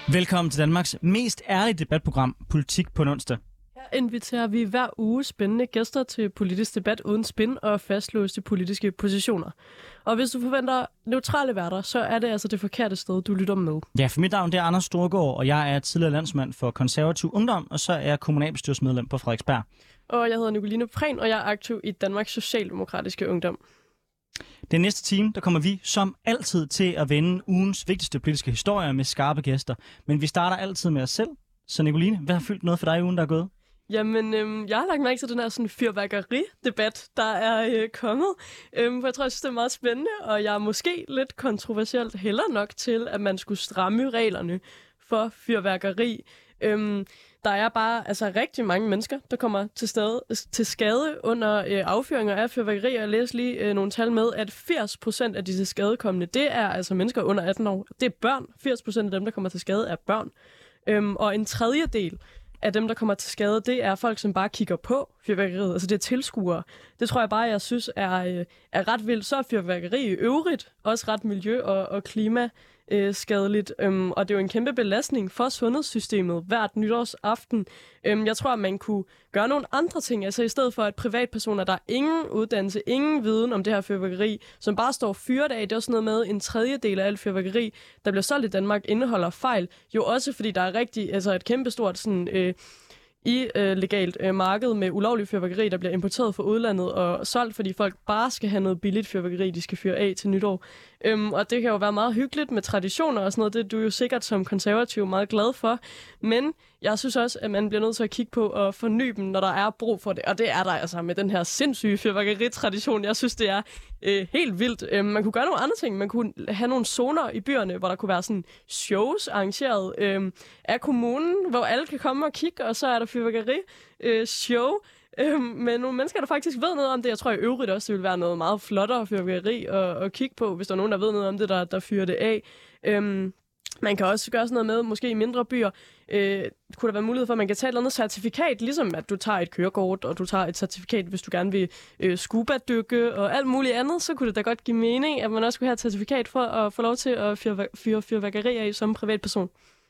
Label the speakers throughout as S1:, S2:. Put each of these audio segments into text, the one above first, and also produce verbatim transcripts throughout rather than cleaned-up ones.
S1: Velkommen til Danmarks mest ærlige debatprogram, Politik på en onsdag.
S2: Her inviterer vi hver uge spændende gæster til politisk debat uden spin og fastlåste politiske positioner. Og hvis du forventer neutrale værter, så er det altså det forkerte sted, du lytter med.
S1: Ja, for mit navn det er Anders Storgård, og jeg er tidligere landsmand for Konservativ Ungdom, og så er jeg kommunalbestyrelsesmedlem på Frederiksberg.
S2: Og jeg hedder Nicoline Prehn, og jeg er aktiv i Danmarks Socialdemokratiske Ungdom.
S1: Den næste time, der kommer vi som altid til at vende ugens vigtigste politiske historier med skarpe gæster. Men vi starter altid med os selv. Så Nicoline, hvad har fyldt noget for dig i ugen, der er gået?
S2: Jamen, øhm, jeg har lagt mærke til den her sådan fyrværkeri-debat, der er øh, kommet. Øhm, for jeg tror, jeg synes, det er meget spændende, og jeg er måske lidt kontroversielt heller nok til, at man skulle stramme reglerne for fyrværkeri. Øhm, der er bare altså rigtig mange mennesker, der kommer til, stade, til skade under øh, affyringer af fyrværkeri. Jeg læste lige øh, nogle tal med, at firs procent af disse skadekommende, det er altså mennesker under atten år. Det er børn. firs procent af dem, der kommer til skade, er børn. Øhm, og en tredjedel af dem, der kommer til skade, det er folk, som bare kigger på fyrværkeriet. Altså det er tilskuere. Det tror jeg bare, jeg synes er, øh, er ret vildt. Så er fyrværkeri i øvrigt også ret miljø- og, og klima øh, skadeligt. Øhm, og det er jo en kæmpe belastning for sundhedssystemet hvert nytårsaften. Øhm, jeg tror, at man kunne gøre nogle andre ting. Altså i stedet for, at privatpersoner, der er ingen uddannelse, ingen viden om det her fyrværkeri, som bare står fyret af. Det er også noget med, en tredjedel af alt fyrværkeri, der bliver solgt i Danmark, indeholder fejl. Jo også fordi der er rigtig, altså et kæmpestort sådan... Øh, i øh, legalt øh, marked med ulovlig fyrværkeri, der bliver importeret fra udlandet og solgt, fordi folk bare skal have noget billigt fyrværkeri, de skal fyre af til nytår. Øhm, og det kan jo være meget hyggeligt med traditioner og sådan noget. Det er du jo sikkert som konservativ meget glad for. Men jeg synes også, at man bliver nødt til at kigge på og forny dem, når der er brug for det. Og det er der altså med den her sindssyge fyrværkeritradition. Jeg synes, det er øh, helt vildt. Øhm, man kunne gøre nogle andre ting. Man kunne have nogle zoner i byerne, hvor der kunne være sådan shows arrangeret øh, af kommunen, hvor alle kan komme og kigge, og så er der fyrværkeri øh, show. Øhm, men nogle mennesker, der faktisk ved noget om det. Jeg tror i øvrigt også, det vil være noget meget flottere fyrværkeri at, at kigge på, hvis der er nogen, der ved noget om det, der, der fyrer det af. Øhm, man kan også gøre sådan noget med, måske i mindre byer, øh, kunne der være mulighed for, at man kan tage et eller andet certifikat, ligesom at du tager et kørekort, og du tager et certifikat, hvis du gerne vil øh, scuba-dykke og alt muligt andet, så kunne det da godt give mening, at man også skulle have et certifikat for at få lov til at fyre, fyre fyrværkeri af som privatperson.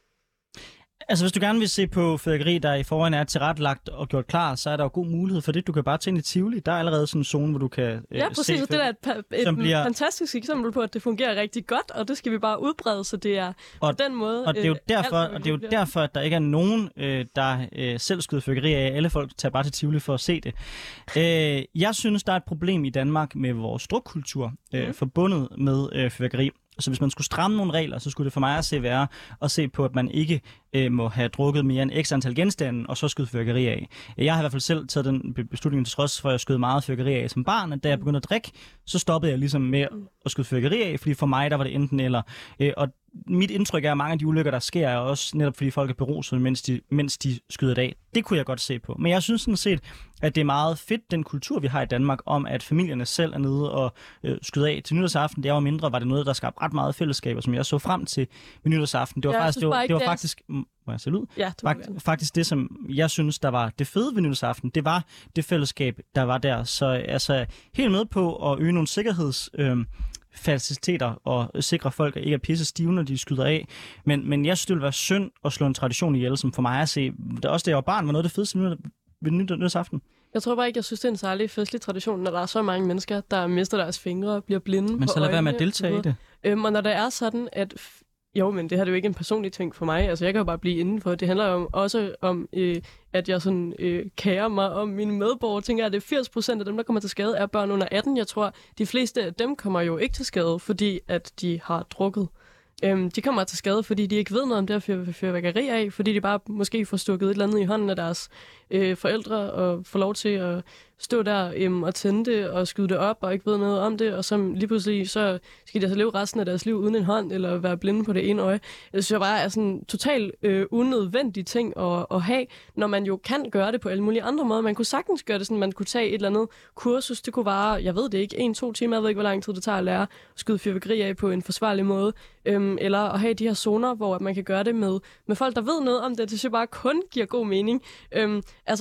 S1: Altså, hvis du gerne vil se på fyrværkeri, der i forvejen er tilrettelagt og gjort klar, så er der jo god mulighed for det. Du kan bare tænke i Tivoli. Der er allerede sådan en zone, hvor du kan øh,
S2: ja, præcis,
S1: se...
S2: og det er et, et
S1: bliver...
S2: fantastisk eksempel på, at det fungerer rigtig godt, og det skal vi bare udbrede, så det er
S1: og,
S2: på den måde...
S1: Og det er jo
S2: øh,
S1: derfor,
S2: alt,
S1: og det er jo derfor at der ikke er nogen, øh, der øh, selv skyder fyrværkeri af. Alle folk tager bare til Tivoli for at se det. Øh, jeg synes, der er et problem i Danmark med vores drukkultur, øh, mm. forbundet med øh, fyrværkeri. Så hvis man skulle stramme nogle regler, så skulle det for mig at se være at se på, at man ikke øh, må have drukket mere end x antal genstande, og så skyde fyrværkeri af. Jeg har i hvert fald selv taget den beslutning til trods, for at jeg skød meget fyrværkeri af som barn, at da jeg begyndte at drikke, så stoppede jeg ligesom med at skyde fyrværkeri af, fordi for mig der var det enten eller. Øh, og mit indtryk er, at mange af de ulykker, der sker, er også netop fordi folk er beruset, mens de, mens de skyder det af. Det kunne jeg godt se på. Men jeg synes sådan set, at det er meget fedt, den kultur, vi har i Danmark, om at familierne selv er nede og øh, skyder af til nytårsaften. Da jeg var mindre, var det noget, der skabte ret meget fællesskaber, som jeg så frem til ved nytårsaften. Det var
S2: ja,
S1: faktisk, det var, det var
S2: det
S1: faktisk, må jeg se ud?
S2: Ja,
S1: Fakt, faktisk det, som jeg synes, der var det fede ved nytårsaften, det var det fællesskab, der var der. Så altså helt med på at øge nogle sikkerheds... Øh, faciliteter og sikre folk, at ikke er pisse stive, når de skyder af. Men, men jeg synes, det ville være synd at slå en tradition ihjel, som for mig at se, det er også det, jeg var barn, var noget af det fedeste ved nytårsaften.
S2: Jeg tror bare ikke, jeg synes, det er en særlig festlig tradition, når der er så mange mennesker, der mister deres fingre og bliver blinde.
S1: Men så lad være med at deltage i det.
S2: Øhm, og når det er sådan, at... Jo, men det her er jo ikke en personlig ting for mig. Altså, jeg kan jo bare blive indenfor. Det handler jo også om, øh, at jeg sådan øh, kærer mig om mine medborgere. Tænker, at det er firs procent af dem, der kommer til skade, er børn under atten. Jeg tror, de fleste af dem kommer jo ikke til skade, fordi at de har drukket. Øhm, de kommer til skade, fordi de ikke ved noget om det her fyr- fyrværkeri af, fordi de bare måske får stukket et eller andet i hånden af deres øh, forældre og får lov til at stå der øhm, og tænde det og skyde det op og ikke ved noget om det, og så lige pludselig så skal de altså leve resten af deres liv uden en hånd eller være blinde på det ene øje. Jeg synes bare er sådan en totalt øh, unødvendig ting at, at have, når man jo kan gøre det på alle mulige andre måder. Man kunne sagtens gøre det sådan, man kunne tage et eller andet kursus, det kunne vare, jeg ved det ikke, en, to timer, jeg ved ikke, hvor lang tid det tager at lære at skyde fyrværkeri af på en forsvarlig måde, øhm, eller at have de her zoner, hvor man kan gøre det med, med folk, der ved noget om det. Det synes jeg bare kun giver god mening. Øhm, altså,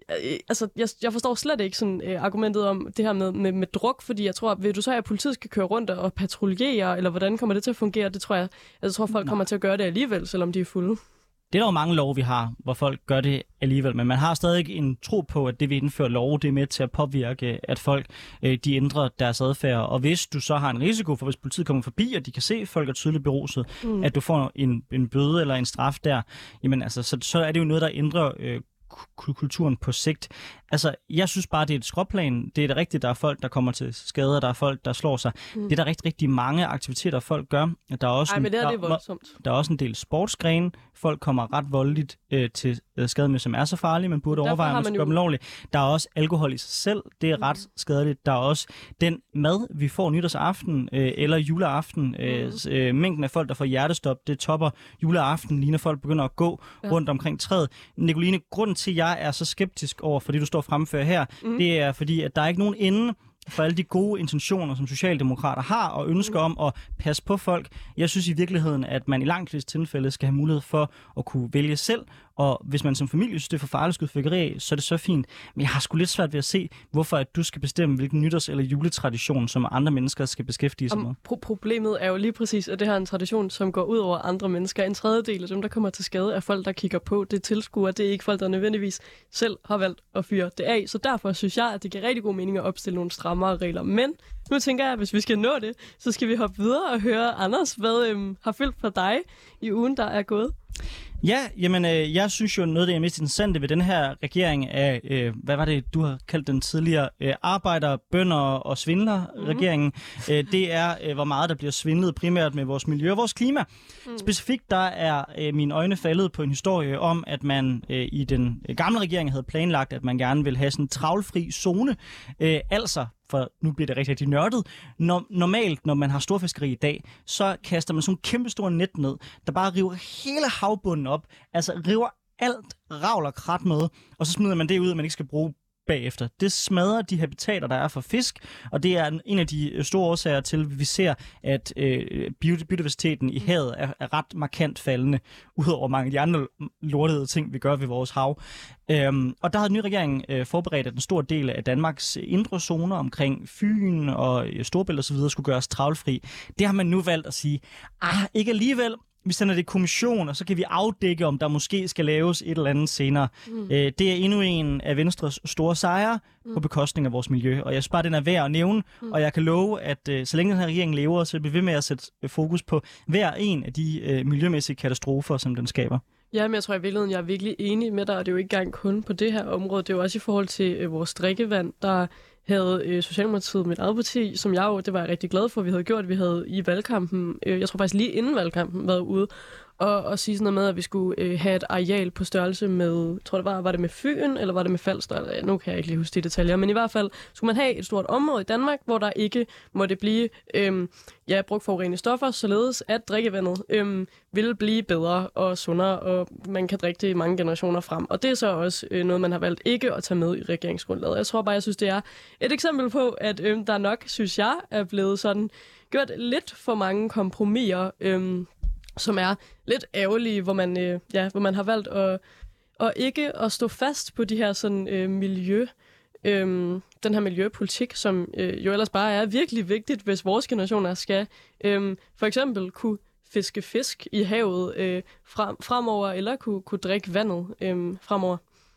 S2: altså, jeg, jeg forstår slet ikke sådan øh, argumentet om det her med, med, med druk, fordi jeg tror, vil du så have, at politiet skal køre rundt og patruljere, eller hvordan kommer det til at fungere? Det tror jeg, jeg tror, folk Nå. kommer til at gøre det alligevel, selvom de er fulde.
S1: Det er der jo mange love, vi har, hvor folk gør det alligevel, men man har stadig en tro på, at det vi indfører lov, det er med til at påvirke, at folk øh, de ændrer deres adfærd. Og hvis du så har en risiko for, hvis politiet kommer forbi, og de kan se, at folk er tydeligt beruset, mm. at du får en, en bøde eller en straf der, jamen altså, så, så er det jo noget, der ændrer øh, kulturen på sigt. Altså, jeg synes bare, det er et skråplan. Det er det rigtigt, der er folk, der kommer til skade, der er folk, der slår sig. Mm. Det er der rigtig, rigtig mange aktiviteter, folk gør. Der er også
S2: Ej,
S1: en,
S2: men det er
S1: der,
S2: det voldsomt.
S1: Der er også en del sportsgrene. Folk kommer ret voldeligt øh, til øh, skade med, som er så farlige, man burde overveje, om man skal gøre dem lovligt. Der er også alkohol i sig selv. Det er mm. ret skadeligt. Der er også den mad, vi får nytårsaften øh, eller juleaften. Øh, mm. øh, mængden af folk, der får hjertestop, det topper juleaften, lige når folk begynder at gå ja. rundt omkring træet. Nicoline, grunden til, at jeg er så skeptisk over for det, du står fremfører her, mm. det er fordi, at der er ikke nogen ende for alle de gode intentioner, som socialdemokrater har og ønsker om at passe på folk. Jeg synes i virkeligheden, at man i langt flest tilfælde skal have mulighed for at kunne vælge selv, og hvis man som familie synes, det er for farligt at skyde fyrværkeri, så er det så fint. Men jeg har sgu lidt svært ved at se, hvorfor at du skal bestemme, hvilken nytårs- eller juletradition, som andre mennesker skal beskæftige sig med.
S2: Pro- problemet er jo lige præcis, at det her er en tradition, som går ud over andre mennesker. En tredjedel af dem, der kommer til skade, er folk, der kigger på. Det tilskuer, det er ikke folk, der nødvendigvis selv har valgt at fyre det af. Så derfor synes jeg, at det giver rigtig god mening at opstille nogle strammere regler. Men nu tænker jeg, at hvis vi skal nå det, så skal vi hoppe videre og høre, Anders, hvad øhm, har fyldt for dig i ugen, der er gået?
S1: Ja, jamen, øh, jeg synes jo, noget af det er mest interessante ved den her regering af, øh, hvad var det, du har kaldt den tidligere, øh, arbejder, bønder og svindler-regeringen, mm. øh, det er, øh, hvor meget der bliver svindlet primært med vores miljø og vores klima. Mm. Specifikt, der er øh, mine øjne faldet på en historie om, at man øh, i den øh, gamle regering havde planlagt, at man gerne ville have sådan en travlfri zone, øh, altså for nu bliver det rigtig, rigtig nørdet. Når, normalt, når man har storfiskeri i dag, så kaster man sådan en kæmpe stor net ned, der bare river hele havbunden op, altså river alt ravl og krat med, og så smider man det ud, at man ikke skal bruge bagefter. Det smadrer de habitater, der er for fisk, og det er en af de store årsager til, at vi ser, at øh, biodiversiteten i havet er, er ret markant faldende, udover mange af de andre lortede ting, vi gør ved vores hav. Øhm, og der har den nye regering øh, forberedt, at en stor del af Danmarks indre zoner omkring Fyn og Storebælt og så videre skulle gøres travlfri. Det har man nu valgt at sige, ah, ikke alligevel. Vi sender det i kommission, og så kan vi afdække, om der måske skal laves et eller andet senere. Mm. Øh, det er endnu en af Venstres store sejre mm. på bekostning af vores miljø. Og jeg synes bare, den er værd at nævne, mm. og jeg kan love, at øh, så længe den her regering lever, så bliver vi ved med at sætte fokus på hver en af de øh, miljømæssige katastrofer, som den skaber.
S2: Ja, men jeg tror i virkeligheden, jeg er virkelig enig med dig, og det er jo ikke engang kun på det her område. Det er jo også i forhold til øh, vores drikkevand, der havde øh, Socialdemokratiet, mit eget parti, som jeg jo, det var jeg rigtig glad for, at vi havde gjort. Vi havde i valgkampen, øh, jeg tror faktisk lige inden valgkampen, været ude og, og sige sådan noget med, at vi skulle øh, have et areal på størrelse med, jeg tror det var, var det med Fyn, eller var det med Falster? Eller, nu kan jeg ikke lige huske de detaljer, men i hvert fald skulle man have et stort område i Danmark, hvor der ikke måtte blive øh, ja, brugt forurenende stoffer, således at drikkevandet øh, ville blive bedre og sundere, og man kan drikke det i mange generationer frem. Og det er så også øh, noget, man har valgt ikke at tage med i regeringsgrundlaget. Jeg tror bare, jeg synes, det er et eksempel på, at øh, der nok, synes jeg, er blevet sådan gjort lidt for mange kompromiser, øh, som er lidt ærgerlige, hvor man, øh, ja, hvor man har valgt at, at ikke at stå fast på de her sådan, øh, miljø, øh, den her miljøpolitik, som øh, jo ellers bare er virkelig vigtigt, hvis vores generationer skal øh, for eksempel kunne fiske fisk i havet øh, frem, fremover, eller kunne, kunne drikke vandet øh, fremover.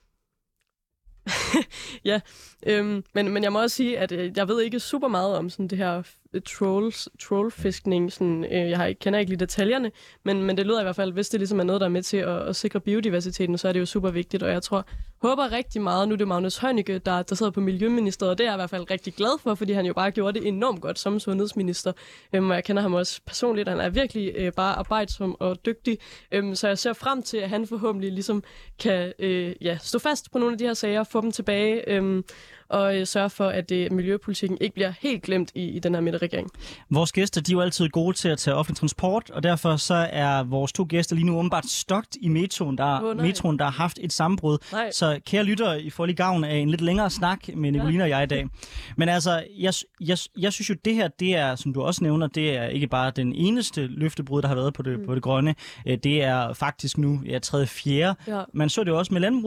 S2: ja, øhm, men, men jeg må også sige, at øh, jeg ved ikke super meget om sådan det her trolls, trollfiskning. Sådan, øh, jeg har ikke, kender ikke lige detaljerne, men, men det lyder i hvert fald, hvis det ligesom er noget, der er med til at, at sikre biodiversiteten, så er det jo super vigtigt, og jeg tror, håber rigtig meget, nu er det Magnus Heunicke, der, der sidder på Miljøministeriet, og det er jeg i hvert fald rigtig glad for, fordi han jo bare gjorde det enormt godt som sundhedsminister, øhm, og jeg kender ham også personligt, han er virkelig øh, bare arbejdsom og dygtig, øhm, så jeg ser frem til, at han forhåbentlig ligesom kan øh, ja, stå fast på nogle af de her sager, få dem tilbage, øhm, og øh, sørge for, at øh, miljøpolitikken ikke bliver helt glemt i, i den her midterregering.
S1: Vores gæster, de er jo altid gode til at tage offentlig transport, og derfor så er vores to gæster lige nu åbenbart stokt i metroen, der, oh, metroen, der har haft et sammenbrud. Nej. Så kære lyttere, I får lige gavn af en lidt længere snak med Nicoline ja. og jeg i dag. Men altså, jeg, jeg, jeg synes jo, det her, det er, som du også nævner, det er ikke bare den eneste løftebrud, der har været på det, mm. på det grønne. Det er faktisk nu ja, tredje, fjerde. Ja. Man så det jo også med landbruget.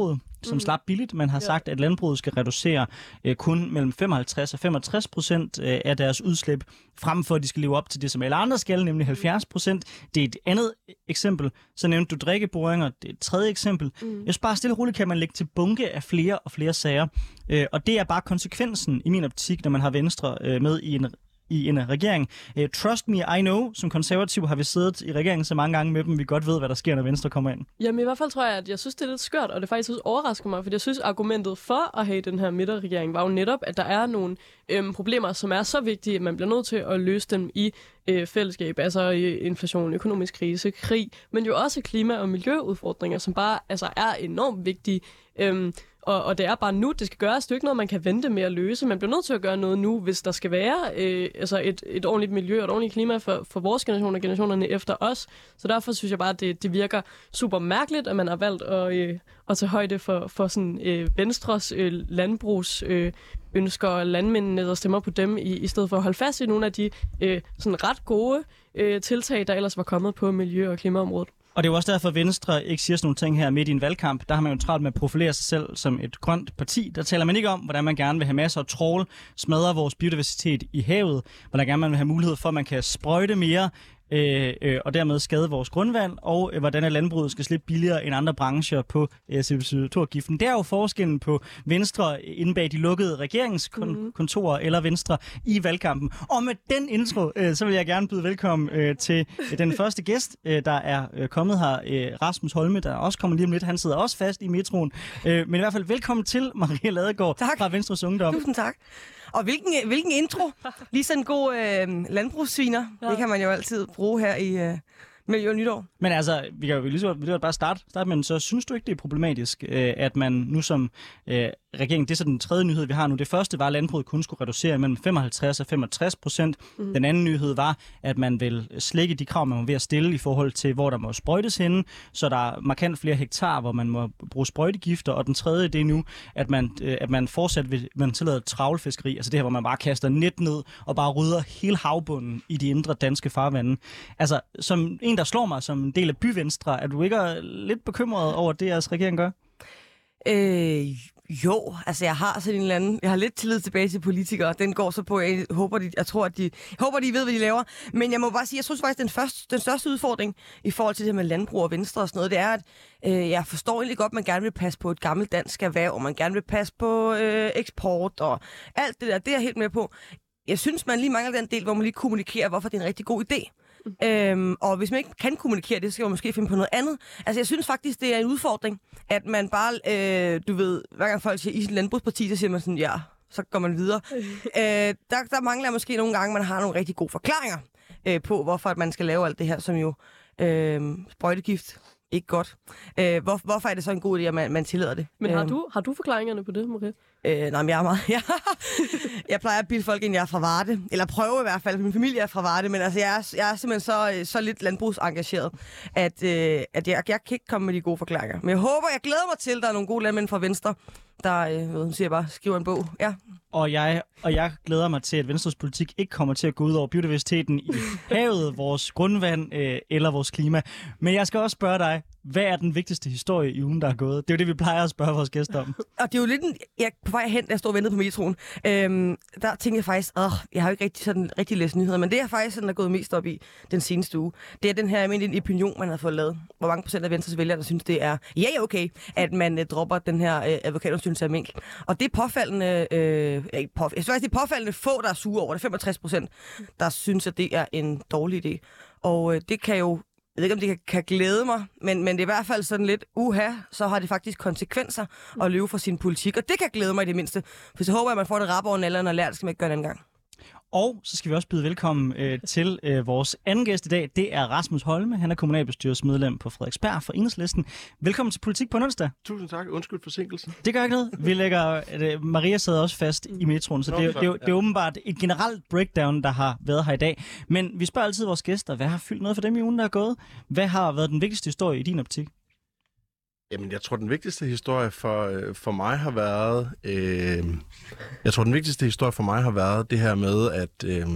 S1: som mm. slap billigt. Man har ja. sagt, at landbruget skal reducere øh, kun mellem femoghalvtreds og femogtres procent øh, af deres udslip, frem for at de skal leve op til det, som alle andre skal, nemlig halvfjerds procent. Det er et andet eksempel. Så nævnte du drikkeboringer. Det er et tredje eksempel. Mm. Jeg synes bare, stille og roligt kan man lægge til bunke af flere og flere sager. Øh, og det er bare konsekvensen i min optik, når man har Venstre øh, med i en i en regering. Uh, trust me, I know, som konservativ har vi siddet i regeringen så mange gange med dem, vi godt ved, hvad der sker, når Venstre kommer ind.
S2: Jamen i hvert fald tror jeg, at jeg synes, det er lidt skørt, og det faktisk også overrasker mig, fordi jeg synes, argumentet for at have den her midterregering var jo netop, at der er nogle øhm, problemer, som er så vigtige, at man bliver nødt til at løse dem i øh, fællesskab, altså i inflation, økonomisk krise, krig, men jo også klima- og miljøudfordringer, som bare altså, er enormt vigtige. Øhm, Og, og det er bare nu, det skal gøres. Det er jo ikke noget, man kan vente med at løse. Man bliver nødt til at gøre noget nu, hvis der skal være øh, altså et, et ordentligt miljø og et ordentligt klima for, for vores generation og generationerne efter os. Så derfor synes jeg bare, at det, det virker super mærkeligt, at man har valgt at, øh, at tage højde for, for sådan, øh, Venstres øh, landbrugs øh, ønsker og landmændene, der stemmer på dem, i, i stedet for at holde fast i nogle af de øh, sådan ret gode øh, tiltag, der ellers var kommet på miljø- og klimaområdet.
S1: Og det er jo også derfor, at Venstre ikke siger sådan nogle ting her midt i en valgkamp. Der har man jo travlt med at profilere sig selv som et grønt parti. Der taler man ikke om, hvordan man gerne vil have masser af trawl, smadre vores biodiversitet i havet, hvordan gerne man vil have mulighed for, at man kan sprøjte mere, Øh, øh, og dermed skade vores grundvand, og øh, hvordan landbruget skal slippe billigere end andre brancher på øh, C O to-afgiften. Det er jo forskellen på Venstre inde bag de lukkede regeringskontorer mm. eller Venstre i valgkampen. Og med den intro, øh, så vil jeg gerne byde velkommen øh, til øh, den første gæst, øh, der er øh, kommet her, øh, Rasmus Holme, der også kommer lige om lidt. Han sidder også fast i metroen. Øh, men i hvert fald velkommen til Maria Ladegaard tak. Fra Venstres Ungdom.
S3: Tusind tak. Og hvilken, hvilken intro. Lige sådan en god øh, landbrugssviner. Ja. Det kan man jo altid bruge her i øh, Miljø og Nytår. Men
S1: altså, vi kan jo lige så, vi kan bare starte, starte med, så synes du ikke, det er problematisk, øh, at man nu som øh, regering, det er så den tredje nyhed, vi har nu. Det første var, at landbruget kun skulle reducere mellem femoghalvtreds og femogtres procent. Mm. Den anden nyhed var, at man vil slække de krav, man må ved at stille i forhold til, hvor der må sprøjtes henne, så der er markant flere hektar, hvor man må bruge sprøjtegifter. Og den tredje, det er nu, at man, øh, at man fortsat vil man tillader travlfiskeri, altså det her, hvor man bare kaster net ned og bare rydder hele havbunden i de indre danske farvande. Altså, som en, der slår mig som en del af Byvenstre, er du ikke lidt bekymret over det, jeres regering gør?
S3: Øh, jo, altså jeg har sådan en eller anden, jeg har lidt tillid tilbage til politikere. Den går så på, jeg håber, de, jeg tror, at de, jeg håber, de ved, hvad de laver. Men jeg må bare sige, jeg synes faktisk, den, første, den største udfordring i forhold til det her med landbrug og Venstre og sådan noget, det er, at øh, jeg forstår egentlig godt, at man gerne vil passe på et gammelt dansk erhverv, og man gerne vil passe på øh, eksport og alt det der. Det er jeg helt med på. Jeg synes, man lige mangler den del, hvor man lige kommunikerer, hvorfor det er en rigtig god idé. Mm. Øhm, og hvis man ikke kan kommunikere det, så skal man måske finde på noget andet. Altså, jeg synes faktisk, det er en udfordring, at man bare, øh, du ved, hver gang folk siger, i sin landbrugsparti, så siger man sådan, ja, så går man videre. øh, der, der mangler måske nogle gange, man har nogle rigtig gode forklaringer øh, på, hvorfor at man skal lave alt det her, som jo øh, sprøjtegift. Ikke godt. Øh, hvor, hvorfor er det så en god idé, at man, man tillader det?
S2: Men har du, har du forklaringerne på det, Maria?
S3: Øh, nej, men jeg er meget... Jeg, jeg plejer at bilde folk ind, jeg er fra Varde. Eller prøve i hvert fald, min familie er fra Varde. Men altså, jeg er, jeg er simpelthen så, så lidt landbrugsengageret, at, øh, at jeg, jeg kan ikke komme med de gode forklaringer. Men jeg håber, jeg glæder mig til, at der er nogle gode landmænd fra Venstre, der, øh, ved, siger bare, skriver en bog. Ja.
S1: Og jeg, og jeg glæder mig til, at Venstres politik ikke kommer til at gå ud over biodiversiteten i havet, vores grundvand øh, eller vores klima. Men jeg skal også spørge dig, hvad er den vigtigste historie i ugen, der er gået? Det er jo det, vi plejer at spørge vores gæster om.
S3: Og det er jo lidt en... Jeg, på vej hen, da jeg stod og ventede på metroen, øhm, der tænkte jeg faktisk, åh, jeg har jo ikke rigtig, sådan, rigtig læst nyheder, men det er faktisk sådan, der er gået mest op i den seneste uge. Det er den her almindelige opinion, man har fået lavet. Hvor mange procent af Venstres vælgere, der synes, det er ja, ja, okay, at man øh, dropper den her øh, advokatundersøgelse af mink. Og det er påfaldende... Øh, ikke påf- jeg synes faktisk, det er påfaldende få, der er sure over det. femogtres procent, der synes, at det er en dårlig idé. Og øh, det kan jo... Jeg ved ikke, om det kan, kan glæde mig, men, men det er i hvert fald sådan lidt, uha, så har det faktisk konsekvenser at løbe for sin politik. Og det kan glæde mig i det mindste, for så håber jeg, at man får det rap over nalleren og lærer, det skal man ikke gøre en anden gang.
S1: Og så skal vi også byde velkommen øh, til øh, vores anden gæst i dag. Det er Rasmus Holme. Han er kommunalbestyrelsesmedlem på Frederiksberg for Enhedslisten. Velkommen til Politik på en onsdag.
S4: Tusind tak. Undskyld forsinkelsen.
S1: Det gør ikke noget. Vi lægger, øh, Maria sidder også fast i metroen, så det, det, det, det er åbenbart et generelt breakdown, der har været her i dag. Men vi spørger altid vores gæster, hvad har fyldt noget for dem i ugen, der er gået? Hvad har været den vigtigste historie i din optik?
S4: Jamen, jeg tror, den vigtigste historie for, øh, for mig har været... Øh, jeg tror, den vigtigste historie for mig har været det her med, at, øh,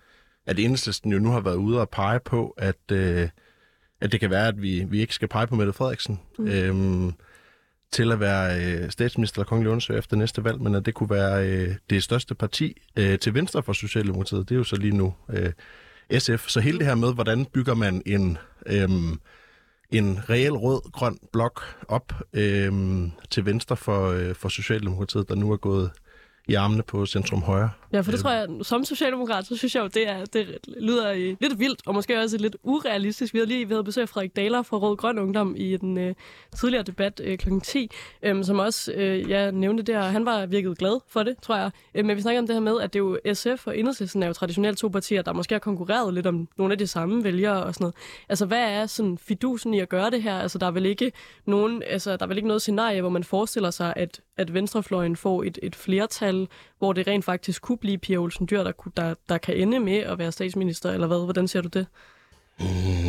S4: at Enhedslisten jo nu har været ude og pege på, at, øh, at det kan være, at vi, vi ikke skal pege på Mette Frederiksen. Mm. Øh, til at være øh, statsminister eller kongelig undersøger efter næste valg, men at det kunne være øh, det største parti øh, til venstre for Socialdemokratiet. Det er jo så lige nu øh, S F. Så hele det her med, hvordan bygger man en, øh, en reel rød-grøn blok op øh, til venstre for, øh, for Socialdemokratiet, der nu er gået i armene på centrum højre.
S2: Ja, for det tror jeg, som socialdemokrat, så synes jeg jo, det, er, det lyder øh, lidt vildt, og måske også lidt urealistisk. Vi havde lige vi havde besøgt Frederik Dahler fra Rød Grøn Ungdom i den øh, tidligere debat øh, klokken ti, øh, som også øh, jeg nævnte der. Han var virkelig glad for det, tror jeg. Øh, men vi snakker om det her med, at det er jo S F og Enhedslisten er jo traditionelt to partier, der måske har konkurreret lidt om nogle af de samme vælgere og sådan noget. Altså, hvad er sådan fidusen i at gøre det her? Altså, der er vel ikke nogen, altså, der er vel ikke noget scenarie, hvor man forestiller sig, at, at venstrefløjen får et, et flertal, hvor det rent faktisk kunne blive Pia Olsen Dyhr, der, der, der kan ende med at være statsminister, eller hvad? Hvordan ser du det?
S4: Mm.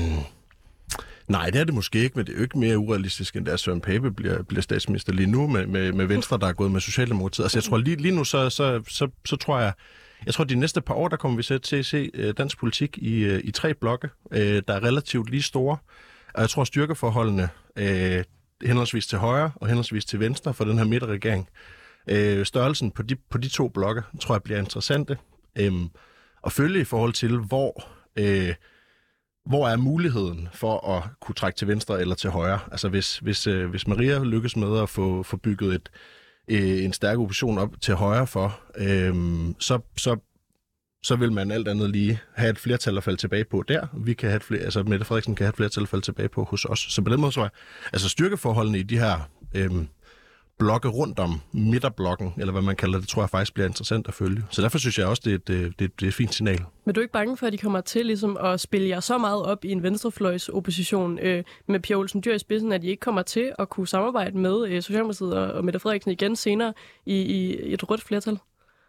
S4: Nej, det er det måske ikke, men det er jo ikke mere urealistisk, end at Søren Pape bliver, bliver statsminister lige nu med, med, med Venstre, der er gået med Socialdemokratiet. Altså jeg tror lige, lige nu, så, så, så, så tror jeg, jeg tror de næste par år, der kommer vi til at se uh, dansk politik i, uh, i tre blokke, uh, der er relativt lige store. Og jeg tror styrkeforholdene uh, henholdsvis til højre og henholdsvis til venstre for den her midterregering, uh, størrelsen på de, på de to blokke, tror jeg bliver interessante. Um, og følge i forhold til, hvor... Uh, Hvor er muligheden for at kunne trække til venstre eller til højre? Altså hvis, hvis, øh, hvis Maria lykkes med at få, få bygget et, øh, en stærk opposition op til højre for, øh, så, så, så vil man alt andet lige have et flertal at falde tilbage på der. Vi kan have et flere, altså Mette Frederiksen kan have et flertal at falde tilbage på hos os. Så på den måde tror jeg, altså styrkeforholdene i de her øh, blokke rundt om midterblokken, eller hvad man kalder det, tror jeg faktisk bliver interessant at følge. Så derfor synes jeg også, det er et, det er, det er et fint signal.
S2: Men du er ikke bange for, at de kommer til ligesom, at spille jer så meget op i en venstrefløjs opposition øh, med Pia Olsen Dyhr i spidsen, at de ikke kommer til at kunne samarbejde med øh, Socialdemokratiet og, og Mette Frederiksen igen senere i, i et rødt flertal?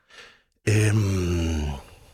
S4: Øhm...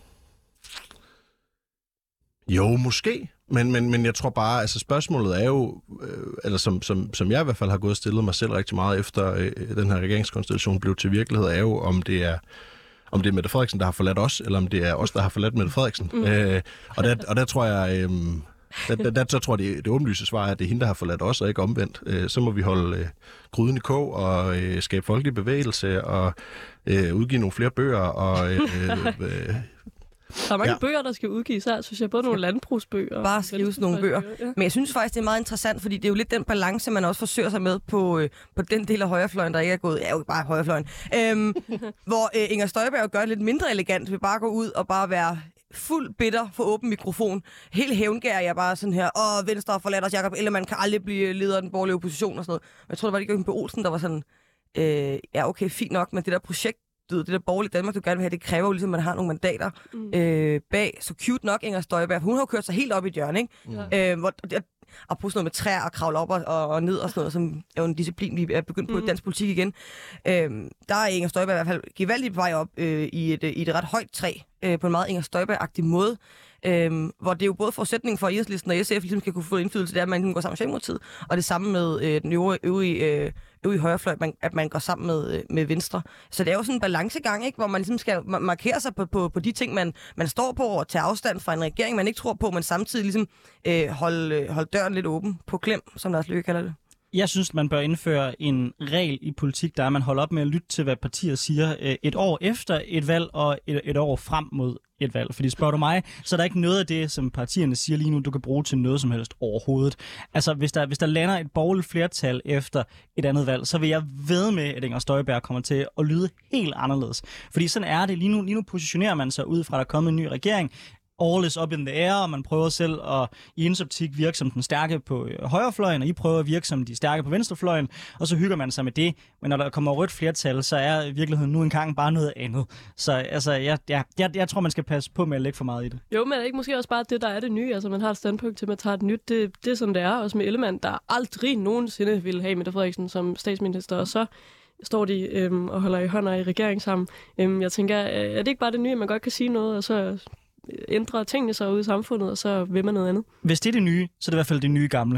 S4: Jo, måske. Men, men, men jeg tror bare, altså spørgsmålet er jo, øh, eller som, som, som jeg i hvert fald har gået og stillet mig selv rigtig meget efter øh, den her regeringskonstellation blev til virkelighed, er jo, om det er om det er Mette Frederiksen, der har forladt os, eller om det er os, der har forladt Mette Frederiksen. Mm. Øh, og, der, og der tror jeg, øh, der, der, der så tror jeg, det, det åbenlyse svar er, at det er hende, der har forladt os, og ikke omvendt. Øh, så må vi holde øh, gryden i kog, og øh, skabe folkelig bevægelse, og øh, udgive nogle flere bøger, og... Øh, øh,
S2: Der er mange
S4: ja.
S2: bøger, der skal udgives her, synes jeg. Både nogle landbrugsbøger.
S3: Bare skrive sådan nogle bøger. Ja. Men jeg synes faktisk, det er meget interessant, fordi det er jo lidt den balance, man også forsøger sig med på, øh, på den del af højrefløjen, der ikke er gået. Ja, jo ikke bare højrefløjen. Øhm, hvor øh, Inger Støjberg gør det lidt mindre elegant ved bare at gå ud og bare være fuld bitter for åben mikrofon. Helt hævngær jeg bare sådan her, åh, Venstre har forladt os, Jacob Ellemann kan aldrig blive leder af den borgerlige opposition og sådan noget. Men jeg tror, det var det Jørgen B. Olsen, der var sådan, øh, ja okay, fint nok, men det der projekt, det der borgerlige Danmark, du gerne vil have, det kræver jo ligesom, at man har nogle mandater mm. øh, bag. Så cute nok, Inger Støjberg, for hun har jo kørt sig helt op i hjørnet, ikke? Mm. Øh, hvor, og på sådan noget med træer og kravle op og, og, og ned og sådan noget, som er jo en disciplin, vi er begyndt på mm. i dansk politik igen. Øh, der er Inger Støjberg i hvert fald gevaldigt på vej op øh, i, et, i et ret højt træ, øh, på en meget Inger Støjberg-agtig måde. Øhm, hvor det er jo både forudsætning for, at Enhedslisten og S F ligesom skal kunne få indflydelse, det er, at man går sammen med Socialdemokratiet, og det samme med øh, den øvrige, øvrige, øh, øvrige højrefløj, man, at man går sammen med, øh, med Venstre. Så det er jo sådan en balancegang, ikke, hvor man ligesom skal markere sig på, på, på de ting, man, man står på, og tage afstand fra en regering, man ikke tror på, men samtidig ligesom øh, holde, holde døren lidt åben på klem, som Lars Løkke kalder det.
S1: Jeg synes, man bør indføre en regel i politik, der er, at man holder op med at lytte til, hvad partier siger et år efter et valg og et, et år frem mod et valg. Fordi spørger du mig, så er der ikke noget af det, som partierne siger lige nu, du kan bruge til noget som helst overhovedet. Altså, hvis der, hvis der lander et borgerligt flertal efter et andet valg, så vil jeg ved med, at Inger Støjberg kommer til at lyde helt anderledes. Fordi sådan er det. Lige nu, lige nu positionerer man sig ud fra, at der er kommet en ny regering. All is up in the air, og man prøver selv at i hendes optik virke som den stærke på højrefløjen, og I prøver at virke som de stærke på venstrefløjen, og så hygger man sig med det. Men når der kommer rødt flertal, så er virkeligheden nu engang bare noget andet. Så altså, jeg, jeg, jeg, jeg tror, man skal passe på med at lægge for meget i det.
S2: Jo, men er det ikke måske også bare det, der er det nye? Altså, man har et standpunkt til, at man tager et nyt. Det, det er som det er, også med Ellemann, der aldrig nogensinde ville have Mette Frederiksen som statsminister, og så står de øhm, og holder i hånder i regering sammen. Øhm, jeg tænker, er det ikke bare det nye, at man godt kan sige noget, og så ændrer tingene sig ud i samfundet, og så vil man noget andet?
S1: Hvis det er det nye, så er det i hvert fald det nye gamle.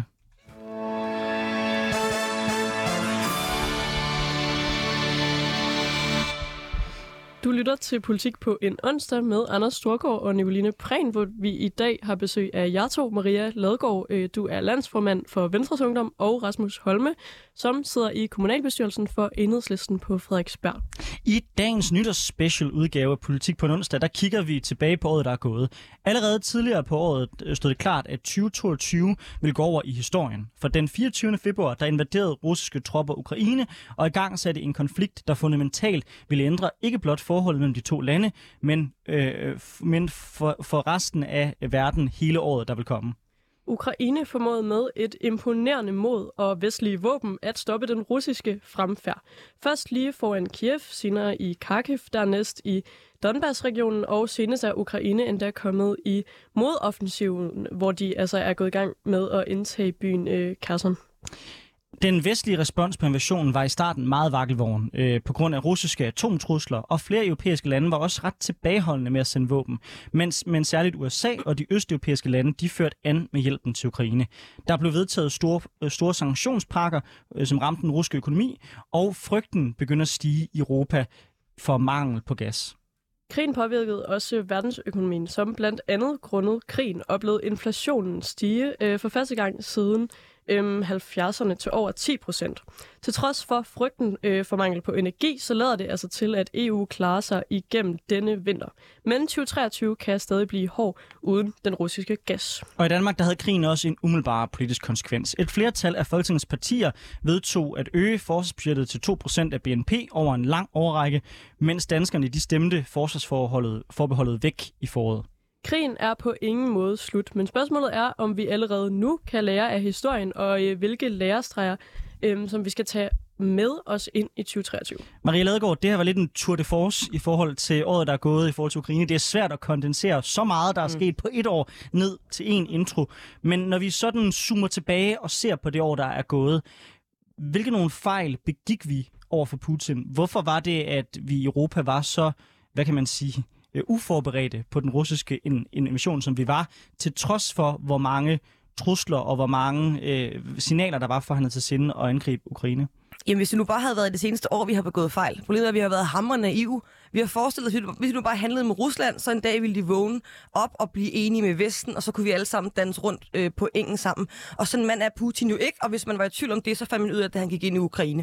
S2: Du lytter til Politik på en onsdag med Anders Storgård og Nicoline Prehn, hvor vi i dag har besøg af jer to, Maria Ladegaard. Du er landsformand for Venstres Ungdom, og Rasmus Holme, som sidder i kommunalbestyrelsen for Enhedslisten på Frederiksberg.
S1: I dagens nytårsspecial udgave af Politik på en onsdag, der kigger vi tilbage på året, der er gået. Allerede tidligere på året stod det klart, at tyve toogtyve vil gå over i historien. For den fireogtyvende februar, der invaderede russiske tropper Ukraine og i gang satte en konflikt, der fundamentalt ville ændre ikke blot forholdet mellem de to lande, men, øh, men for, for resten af verden hele året, der vil komme.
S2: Ukraine formåede med et imponerende mod og vestlige våben at stoppe den russiske fremfærd. Først lige foran Kiev, senere i Kharkiv, dernæst i Donbass-regionen, og senest er Ukraine endda kommet i modoffensiven, hvor de altså er gået i gang med at indtage byen øh, Kherson.
S1: Den vestlige respons på invasionen var i starten meget vakkelvogn øh, på grund af russiske atomtrusler, og flere europæiske lande var også ret tilbageholdende med at sende våben, mens men særligt U S A og de østeuropæiske lande de førte an med hjælpen til Ukraine. Der blev vedtaget store, øh, store sanktionspakker, øh, som ramte den russiske økonomi, og frygten begynder at stige i Europa for mangel på gas.
S2: Krigen påvirkede også verdensøkonomien, som blandt andet grundet krigen oplevede inflationen stige øh, for første gang siden øhm, halvfjerdserne til over ti procent. Til trods for frygten øh, for mangel på energi, så lader det altså til, at E U klarer sig igennem denne vinter. Men tyve treogtyve kan stadig blive hård uden den russiske gas.
S1: Og i Danmark der havde krigen også en umiddelbar politisk konsekvens. Et flertal af Folketingets partier vedtog at øge forsvarsbudgettet til to procent af B N P over en lang årrække, mens danskerne de stemte forsvarsforbeholdet væk i foråret.
S2: Krigen er på ingen måde slut, men spørgsmålet er, om vi allerede nu kan lære af historien, og øh, hvilke lærestreger, øh, som vi skal tage med os ind i tyve treogtyve.
S1: Maria Ladegaard, det her var lidt en tour de force i forhold til året, der er gået i forhold til Ukraine. Det er svært at kondensere så meget, der er mm. sket på et år ned til en intro. Men når vi sådan zoomer tilbage og ser på det år, der er gået, hvilke nogle fejl begik vi over for Putin? Hvorfor var det, at vi i Europa var så, hvad kan man sige, uforberedte på den russiske invasion, som vi var, til trods for, hvor mange trusler og hvor mange øh, signaler, der var for, at han havde til sinde at angribe Ukraine?
S3: Jamen, hvis det nu bare havde været det seneste år, vi har begået fejl. Problemet er, at vi har været hamrende naive. Vi har forestillet os, at hvis vi nu bare handlede med Rusland, så en dag ville de vågne op og blive enige med Vesten, og så kunne vi alle sammen danse rundt øh, på engen sammen. Og sådan en mand er Putin jo ikke, og hvis man var i tvivl om det, så fandt man ud af, at han gik ind i Ukraine.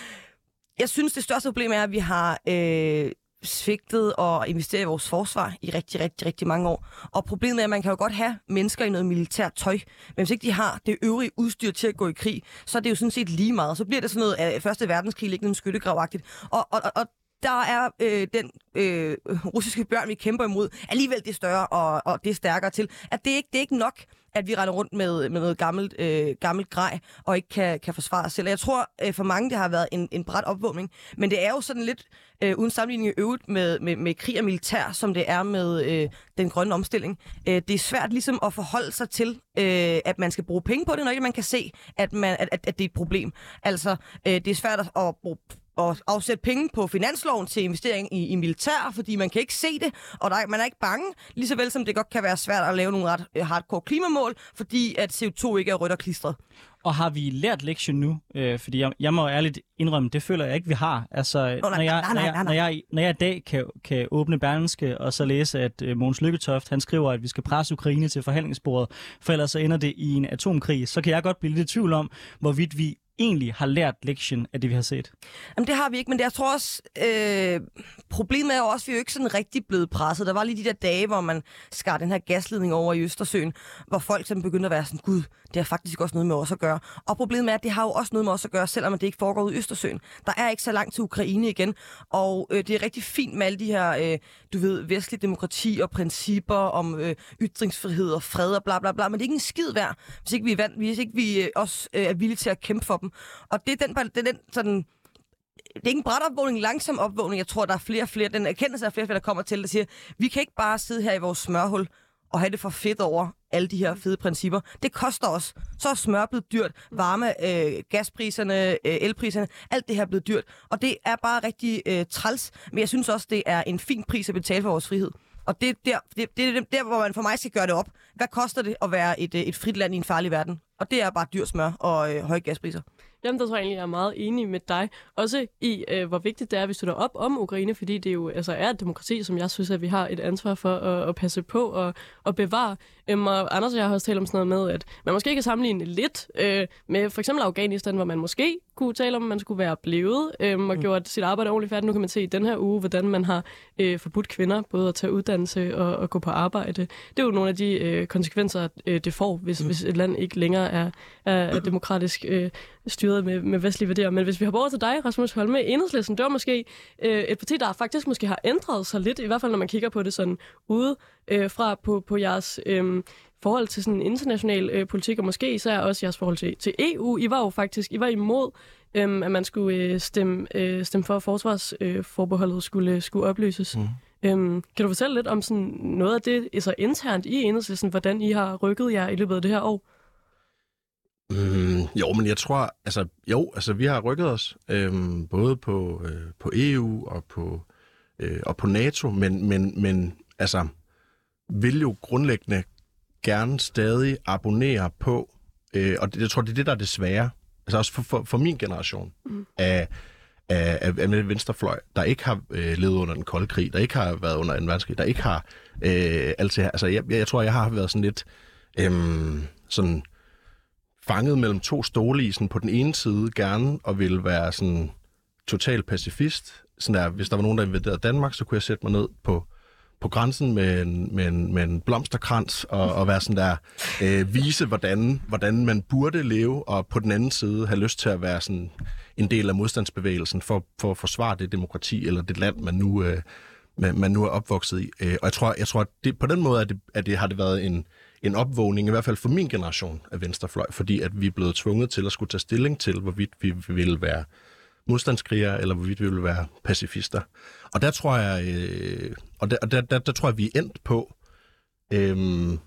S3: Jeg synes, det største problem er, at vi har øh, svigtet og investeret i vores forsvar i rigtig, rigtig, rigtig mange år. Og problemet er, at man kan jo godt have mennesker i noget militært tøj, men hvis ikke de har det øvrige udstyr til at gå i krig, så er det jo sådan set lige meget. Så bliver det sådan noget af første verdenskrig, liggende en skyttegravagtigt. Og, og, og der er øh, den øh, russiske bjørn, vi kæmper imod, alligevel det større og, og det er stærkere til, at det ikke det er ikke nok, at vi render rundt med, med noget gammelt, øh, gammelt grej og ikke kan, kan forsvare os selv. Jeg tror, øh, for mange det har været en, en brat opvågning, men det er jo sådan lidt øh, uden sammenligning i øvrigt med, med, med krig og militær, som det er med øh, den grønne omstilling. Øh, det er svært ligesom at forholde sig til, øh, at man skal bruge penge på det, når ikke man kan se, at, man, at, at, at det er et problem. Altså, øh, det er svært at bruge og afsætte penge på finansloven til investering i, i militær, fordi man kan ikke se det, og der, man er ikke bange, lige så vel som det godt kan være svært at lave nogle ret hardcore klimamål, fordi at C O to ikke er rødt og klistret.
S1: Og har vi lært lektion nu? Øh, fordi jeg, jeg må ærligt indrømme, det føler jeg ikke, vi har. Altså, når jeg, når jeg, når jeg, når jeg i dag kan, kan åbne Berlingske og så læse, at uh, Mogens Lykketoft, han skriver, at vi skal presse Ukraine til forhandlingsbordet, for ellers så ender det i en atomkrig, så kan jeg godt blive lidt i tvivl om, hvorvidt vi egentlig har lært lektion af det, vi har set.
S3: Jamen, det har vi ikke, men jeg tror også, øh, problemet er jo også, at vi er jo ikke sådan rigtig blevet presset. Der var lige de der dage, hvor man skar den her gasledning over i Østersøen, hvor folk sådan begyndte at være sådan, gud, det har faktisk også noget med os at gøre. Og problemet er, at det har jo også noget med os at gøre, selvom det ikke foregår ude i Østersøen. Der er ikke så langt til Ukraine igen, og øh, det er rigtig fint med alle de her, øh, du ved, vestlige demokrati og principper om øh, ytringsfrihed og fred og bla bla bla, men det er ikke en skid værd, hvis ikke vi er, vand, hvis ikke vi øh, også øh, er villige til at kæmpe for dem. Og det er den, det er den sådan, det er ikke en brat opvågning, langsom opvågning. Jeg tror, der er flere og flere, den erkendelse af flere og flere, der kommer til, der siger, vi kan ikke bare sidde her i vores smørhul og have det for fedt over alle de her fede principper. Det koster os. Så er smør blevet dyrt, varme, øh, gaspriserne, øh, elpriserne, alt det her er blevet dyrt. Og det er bare rigtig øh, træls, men jeg synes også, det er en fin pris at betale for vores frihed. Og det er der, det, det er der, hvor man for mig skal gøre det op. Hvad koster det at være et, et frit land i en farlig verden? Og det er bare dyr smør og øh, høje gaspriser.
S2: Jamen, der tror jeg egentlig, jeg er meget enig med dig. Også i, øh, hvor vigtigt det er, at vi støtter op om Ukraine, fordi det jo altså, er et demokrati, som jeg synes, at vi har et ansvar for at, at passe på og at bevare. Øhm, og Anders og jeg har også talt om sådan noget med, at man måske kan sammenligne lidt øh, med for eksempel Afghanistan, hvor man måske kunne tale om, at man skulle være blevet øh, og gjort sit arbejde ordentligt færdigt. Nu kan man se i den her uge, hvordan man har øh, forbudt kvinder både at tage uddannelse og, og gå på arbejde. Det er jo nogle af de øh, konsekvenser, øh, det får, hvis, mm. hvis et land ikke længere er, er, er demokratisk øh, styret med, med vestlige værdier. Men hvis vi hopper over til dig, Rasmus Holme, Enhedslisten, det var måske øh, et parti, der faktisk måske har ændret sig lidt, i hvert fald når man kigger på det sådan ude øh, fra på, på jeres øh, forhold til sådan international øh, politik, og måske især også jeres forhold til, til E U. I var jo faktisk I var imod, øh, at man skulle øh, stemme, øh, stemme for, at forsvarsforbeholdet øh, skulle, skulle opløses. Mm. Øhm, kan du fortælle lidt om sådan noget af det altså internt i Enhedslisten, hvordan I har rykket jer i løbet af det her år?
S4: Mm, jo, men jeg tror, altså, jo, altså vi har rykket os, øhm, både på, øh, på E U og på, øh, og på NATO, men, men, men altså, vil jo grundlæggende gerne stadig abonnere på, øh, og det, jeg tror, det er det, der er det svære, altså også for, for, for min generation mm. af, af, af, af venstrefløj, der ikke har øh, levet under den kolde krig, der ikke har været under en verdenskrig, der ikke har øh, alt det her. Altså, jeg, jeg tror, jeg har været sådan lidt øh, sådan fanget mellem to stole i, sådan på den ene side gerne, og ville være sådan total pacifist. Sådan der, hvis der var nogen, der invaderede Danmark, så kunne jeg sætte mig ned på, på grænsen med en, med en, med en blomsterkrans og, og være sådan der, øh, vise, hvordan, hvordan man burde leve, og på den anden side have lyst til at være sådan en del af modstandsbevægelsen for, for at forsvare det demokrati eller det land, man nu, øh, man nu er opvokset i. Øh, og jeg tror, jeg tror at det, på den måde at det, at det har det været en en opvågning, i hvert fald for min generation af venstrefløj, fordi at vi er blevet tvunget til at skulle tage stilling til, hvorvidt vi ville være modstandskrigere, eller hvorvidt vi ville være pacifister. Og der tror jeg, øh, og der, der, der, der tror jeg, vi er endt på, øh,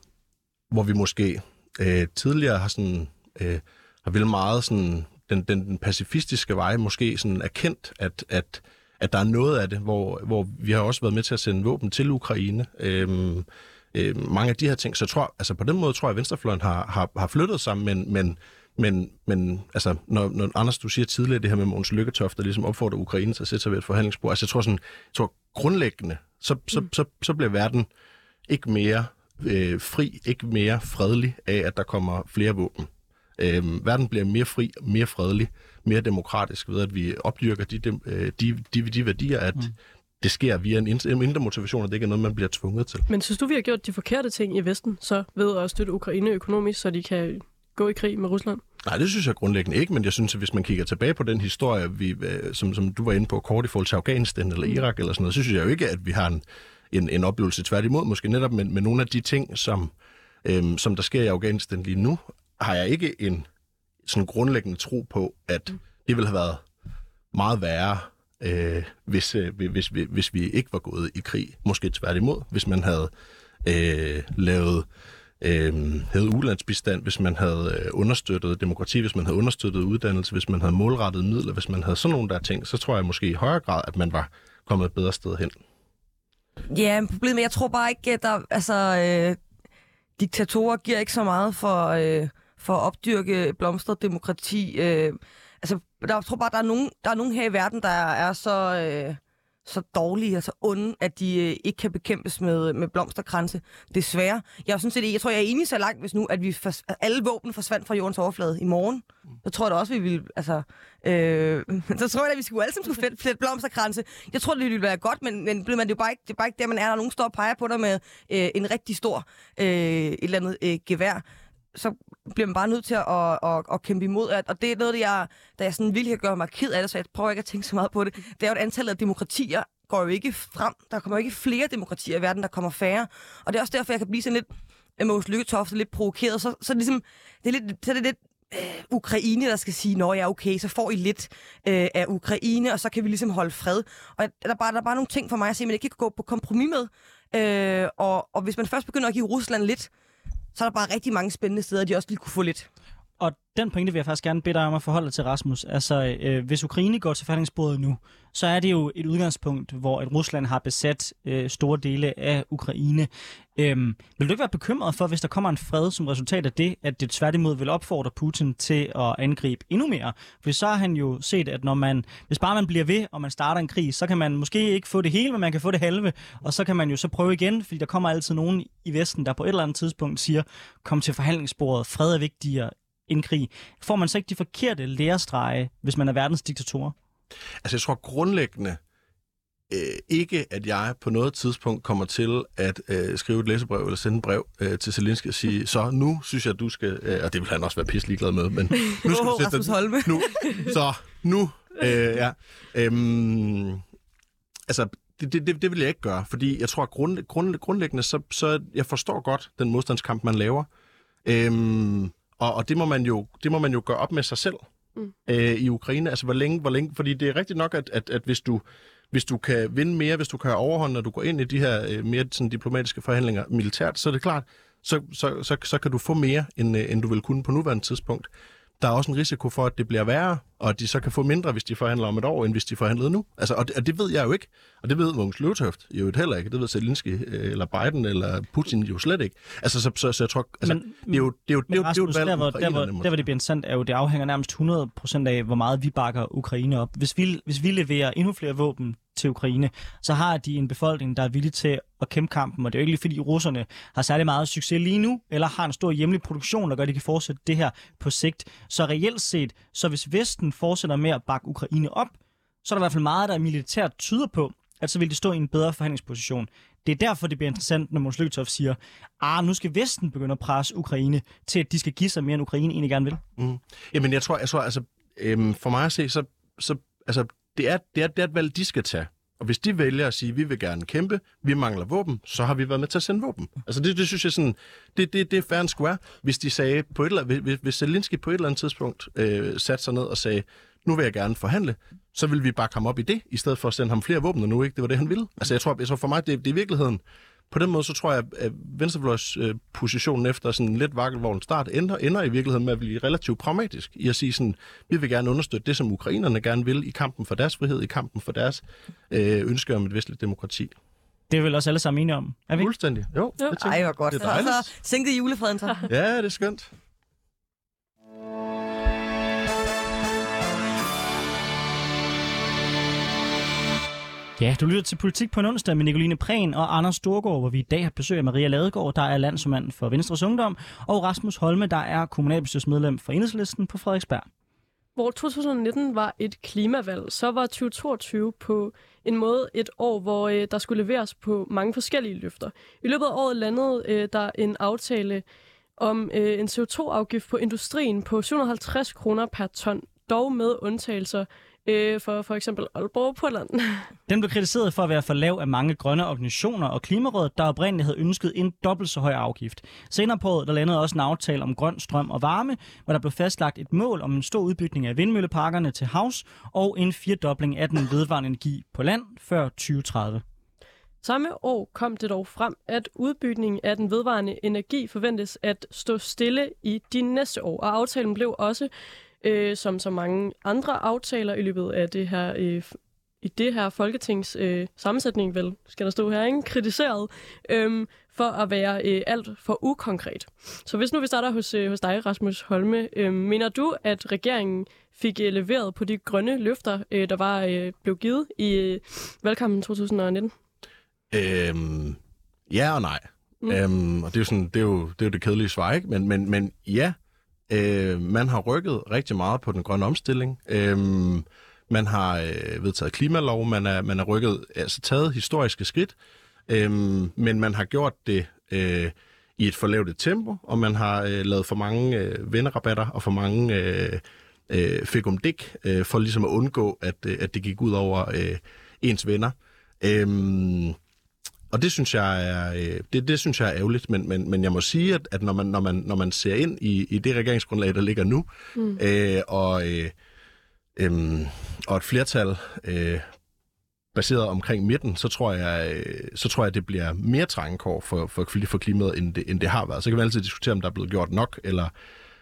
S4: hvor vi måske øh, tidligere har sådan, øh, har vel meget sådan, den, den, den pacifistiske vej måske sådan erkendt, at, at, at der er noget af det, hvor, hvor vi har også været med til at sende våben til Ukraine, øh, Øh, mange af de her ting. Så jeg tror, altså på den måde tror jeg, at venstrefløjen har, har, har flyttet sig, men, men, men, men altså, når, når Anders, du siger tidligere det her med Mogens Lykketoft, der ligesom opfordrer Ukraine til at sætte sig ved et forhandlingsbord, altså jeg tror sådan, jeg tror grundlæggende, så, så, så, så bliver verden ikke mere øh, fri, ikke mere fredelig af, at der kommer flere våben. Øh, verden bliver mere fri, mere fredelig, mere demokratisk ved, at vi opdyrker de, de, de, de, de værdier, at mm. det sker via en indre motivation, og det ikke er noget, man bliver tvunget til.
S2: Men synes du, vi har gjort de forkerte ting i Vesten, så ved at støtte Ukraine økonomisk, så de kan gå i krig med Rusland?
S4: Nej, det synes jeg grundlæggende ikke, men jeg synes, at hvis man kigger tilbage på den historie, vi, som, som du var inde på kort i forhold til Afghanistan eller Irak eller sådan noget, så synes jeg jo ikke, at vi har en, en, en oplevelse tværtimod, måske netop med, med nogle af de ting, som, øhm, som der sker i Afghanistan lige nu, har jeg ikke en sådan grundlæggende tro på, at det ville have været meget værre, Øh, hvis, øh, hvis, hvis, hvis vi ikke var gået i krig. Måske tværtimod, hvis man havde øh, lavet øh, havde ulandsbistand, hvis man havde øh, understøttet demokrati, hvis man havde understøttet uddannelse, hvis man havde målrettet midler, hvis man havde sådan nogle der ting, så tror jeg måske i højere grad, at man var kommet et bedre sted hen.
S3: Ja, problemet jeg tror bare ikke, at der, altså, øh, diktatorer giver ikke så meget for, øh, for at opdyrke blomstret demokrati. Øh, altså, jeg tror bare, der er nogen, der er nogen her i verden, der er så, øh, så dårlige og så onde, at de øh, ikke kan bekæmpes med, med blomsterkranse. Desværre. Jeg, synes, det, jeg tror, jeg er enig så langt, hvis nu, at, vi for, at alle våben forsvandt fra jordens overflade i morgen. Så tror jeg da også, vi ville... Altså, øh, så tror jeg, at vi skulle alle sammen skulle flette blomsterkranse. Jeg tror, det ville være godt, men, men man, det, er jo bare ikke, det er bare ikke der, man er. Der er nogen, der står og peger på dig med øh, en rigtig stor øh, et eller andet øh, gevær. Så bliver man bare nødt til at, at, at, at kæmpe imod. Og det er noget, der jeg, der jeg sådan virkelig kan gøre mig ked af det, så jeg prøver ikke at tænke så meget på det. Det er jo, at antallet af demokratier går jo ikke frem. Der kommer jo ikke flere demokratier i verden, der kommer færre. Og det er også derfor, jeg kan blive sådan lidt Mogens Lykketoft, lidt provokeret. Så, så, ligesom, det er lidt, så er det lidt øh, Ukraine, der skal sige, nå ja, okay, så får I lidt øh, af Ukraine, og så kan vi ligesom holde fred. Og der er bare, der er bare nogle ting for mig at se, man ikke kan gå på kompromis med. Øh, og, og hvis man først begynder at give Rusland lidt, så er der bare rigtig mange spændende steder, de også lige kunne få lidt.
S1: Og den pointe vil jeg faktisk gerne bede dig om at forholde dig til, Rasmus. Altså, øh, hvis Ukraine går til forhandlingsbordet nu, så er det jo et udgangspunkt, hvor et Rusland har besat øh, store dele af Ukraine. Øhm, vil du ikke være bekymret for, hvis der kommer en fred som resultat af det, at det tværtimod vil opfordre Putin til at angribe endnu mere? For så har han jo set, at når man, hvis bare man bliver ved, og man starter en krig, så kan man måske ikke få det hele, men man kan få det halve, og så kan man jo så prøve igen, fordi der kommer altid nogen i Vesten, der på et eller andet tidspunkt siger, kom til forhandlingsbordet, fred er vigtigere end krig. Får man så ikke de forkerte lærestrege, hvis man er verdens diktatorer?
S4: Altså, jeg tror grundlæggende øh, ikke, at jeg på noget tidspunkt kommer til at øh, skrive et læsebrev eller sende et brev øh, til Zelensky og sige, så nu synes jeg, at du skal... Øh, og det vil han også være pisse ligeglad med, men nu skal
S3: oh,
S4: du sætte dig... Nu, så nu... Øh, ja. Øhm, altså, det, det, det vil jeg ikke gøre, fordi jeg tror, at grund, grund, grundlæggende, så, så jeg forstår godt den modstandskamp, man laver. Øhm, og og det, må man jo, det må man jo gøre op med sig selv. Mm. Øh, i Ukraine. Altså, hvor længe, hvor længe, fordi det er rigtigt nok, at, at, at hvis, du, hvis du kan vinde mere, hvis du kan have overhånd, når du går ind i de her øh, mere sådan, diplomatiske forhandlinger militært, så er det klart, så, så, så, så kan du få mere, end, øh, end du vil kunne på nuværende tidspunkt. Der er også en risiko for, at det bliver værre, og at de så kan få mindre, hvis de forhandler om et år, end hvis de forhandlede nu. Altså, og, det, og det ved jeg jo ikke. Og det ved Mogens Lykketoft jo heller ikke. Det ved Zelensky, eller Biden, eller Putin jo slet ikke. Altså, så, så, så jeg tror... Altså,
S1: men,
S4: det er jo, det er jo, det er jo,
S1: Rasmus,
S4: det er jo et valg
S1: der, hvor, der, hvor, der, hvor det bliver interessant, er jo, det afhænger nærmest hundrede procent af, hvor meget vi bakker Ukraine op. Hvis vi, hvis vi leverer endnu flere våben til Ukraine, så har de en befolkning, der er villig til at kæmpe kampen, og det er jo ikke lige fordi russerne har særlig meget succes lige nu, eller har en stor hjemlig produktion, der gør, at de kan fortsætte det her på sigt. Så reelt set, så hvis Vesten fortsætter med at bakke Ukraine op, så er der i hvert fald meget, der militært tyder på, at så vil de stå i en bedre forhandlingsposition. Det er derfor, det bliver interessant, når Mogens Lykketoft siger, ah, nu skal Vesten begynde at presse Ukraine til, at de skal give sig mere, end Ukraine egentlig gerne vil.
S4: Mm. Jamen, jeg tror, jeg tror altså, øhm, for mig at se, så, så altså, det er, det, er, det er et valg, de skal tage. Og hvis de vælger at sige, at vi vil gerne kæmpe, vi mangler våben, så har vi været med til at sende våben. Altså det, det synes jeg sådan, det, det, det er fair and square. Hvis de sagde, på et eller, hvis, hvis Zelensky på et eller andet tidspunkt øh, satte sig ned og sagde, nu vil jeg gerne forhandle, så vil vi bare komme op i det, i stedet for at sende ham flere våben, og nu ikke det var det, han ville. Altså jeg tror, jeg tror for mig, det, det er virkeligheden. På den måde, så tror jeg, at venstrefløjs øh, positionen efter sådan en lidt vakkelvogn start ender, ender i virkeligheden med at blive relativt pragmatisk i at sige sådan, vi vil gerne understøtte det, som ukrainerne gerne vil i kampen for deres frihed, i kampen for deres øh, ønske om et vestligt demokrati.
S1: Det er vel også alle sammen enige om, er vi?
S4: Fuldstændig. Jo,
S2: jo.
S4: det
S3: Ej, hvor godt.
S4: Det er dejligt.
S3: Så sænkede julefreden så.
S4: Ja, det er skønt.
S1: Ja, du lytter til Politik på en onsdag med Nicoline Prehn og Anders Storgård, hvor vi i dag har besøg af Maria Ladegaard, der er landsformand for Venstres Ungdom, og Rasmus Holme, der er kommunalbestyrelsesmedlem for Enhedslisten på Frederiksberg.
S2: Hvor to tusind nitten var et klimavalg, så var tyve toogtyve på en måde et år, hvor øh, der skulle leveres på mange forskellige løfter. I løbet af året landede øh, der en aftale om øh, en C O to afgift på industrien på syv hundrede og halvtreds kroner per ton, dog med undtagelser øh, for for eksempel Aalborg på land.
S1: Den blev kritiseret for at være for lav af mange grønne organisationer og Klimarådet, der oprindeligt havde ønsket en dobbelt så høj afgift. Senere på året, der landede også en aftale om grøn strøm og varme, hvor der blev fastlagt et mål om en stor udbygning af vindmølleparkerne til havs og en firedobling af den vedvarende energi på land før tyve tredive.
S2: Samme år kom det dog frem, at udbygningen af den vedvarende energi forventes at stå stille i de næste år, og aftalen blev også Øh, som så mange andre aftaler i løbet af det her, øh, i det her folketings øh, sammensætning, vel, skal der stå her, ikke? Kritiseret, øh, for at være øh, alt for ukonkret. Så hvis nu vi starter hos, øh, hos dig, Rasmus Holme, øh, mener du, at regeringen fik øh, leveret på de grønne løfter, øh, der var øh, blev givet i øh, valgkampen to tusind nitten?
S4: Øhm, ja og nej. Mm. Øhm, og det er jo sådan, det er jo det, er jo det kedelige svar, ikke? Men, men, men ja. Øh, man har rykket rigtig meget på den grønne omstilling. Øh, man har øh, vedtaget klimalov, man er, man er rykket, altså taget historiske skridt, øh, men man har gjort det øh, i et for lavt tempo, og man har øh, lavet for mange øh, vennerabatter og for mange øh, øh, fikumdik, øh, for ligesom at undgå, at, øh, at det gik ud over øh, ens venner. Øh, Og det synes jeg er det, det synes jeg er ærgerligt, men, men, men jeg må sige, at, at når, man, når, man, når man ser ind i, i det regeringsgrundlag, der ligger nu, mm. øh, og, øh, øh, og et flertal øh, baseret omkring midten, så tror jeg, øh, så tror jeg, at det bliver mere trængekår for, for, for klimaet, end det, end det har været. Så kan man altid diskutere, om der er blevet gjort nok, eller,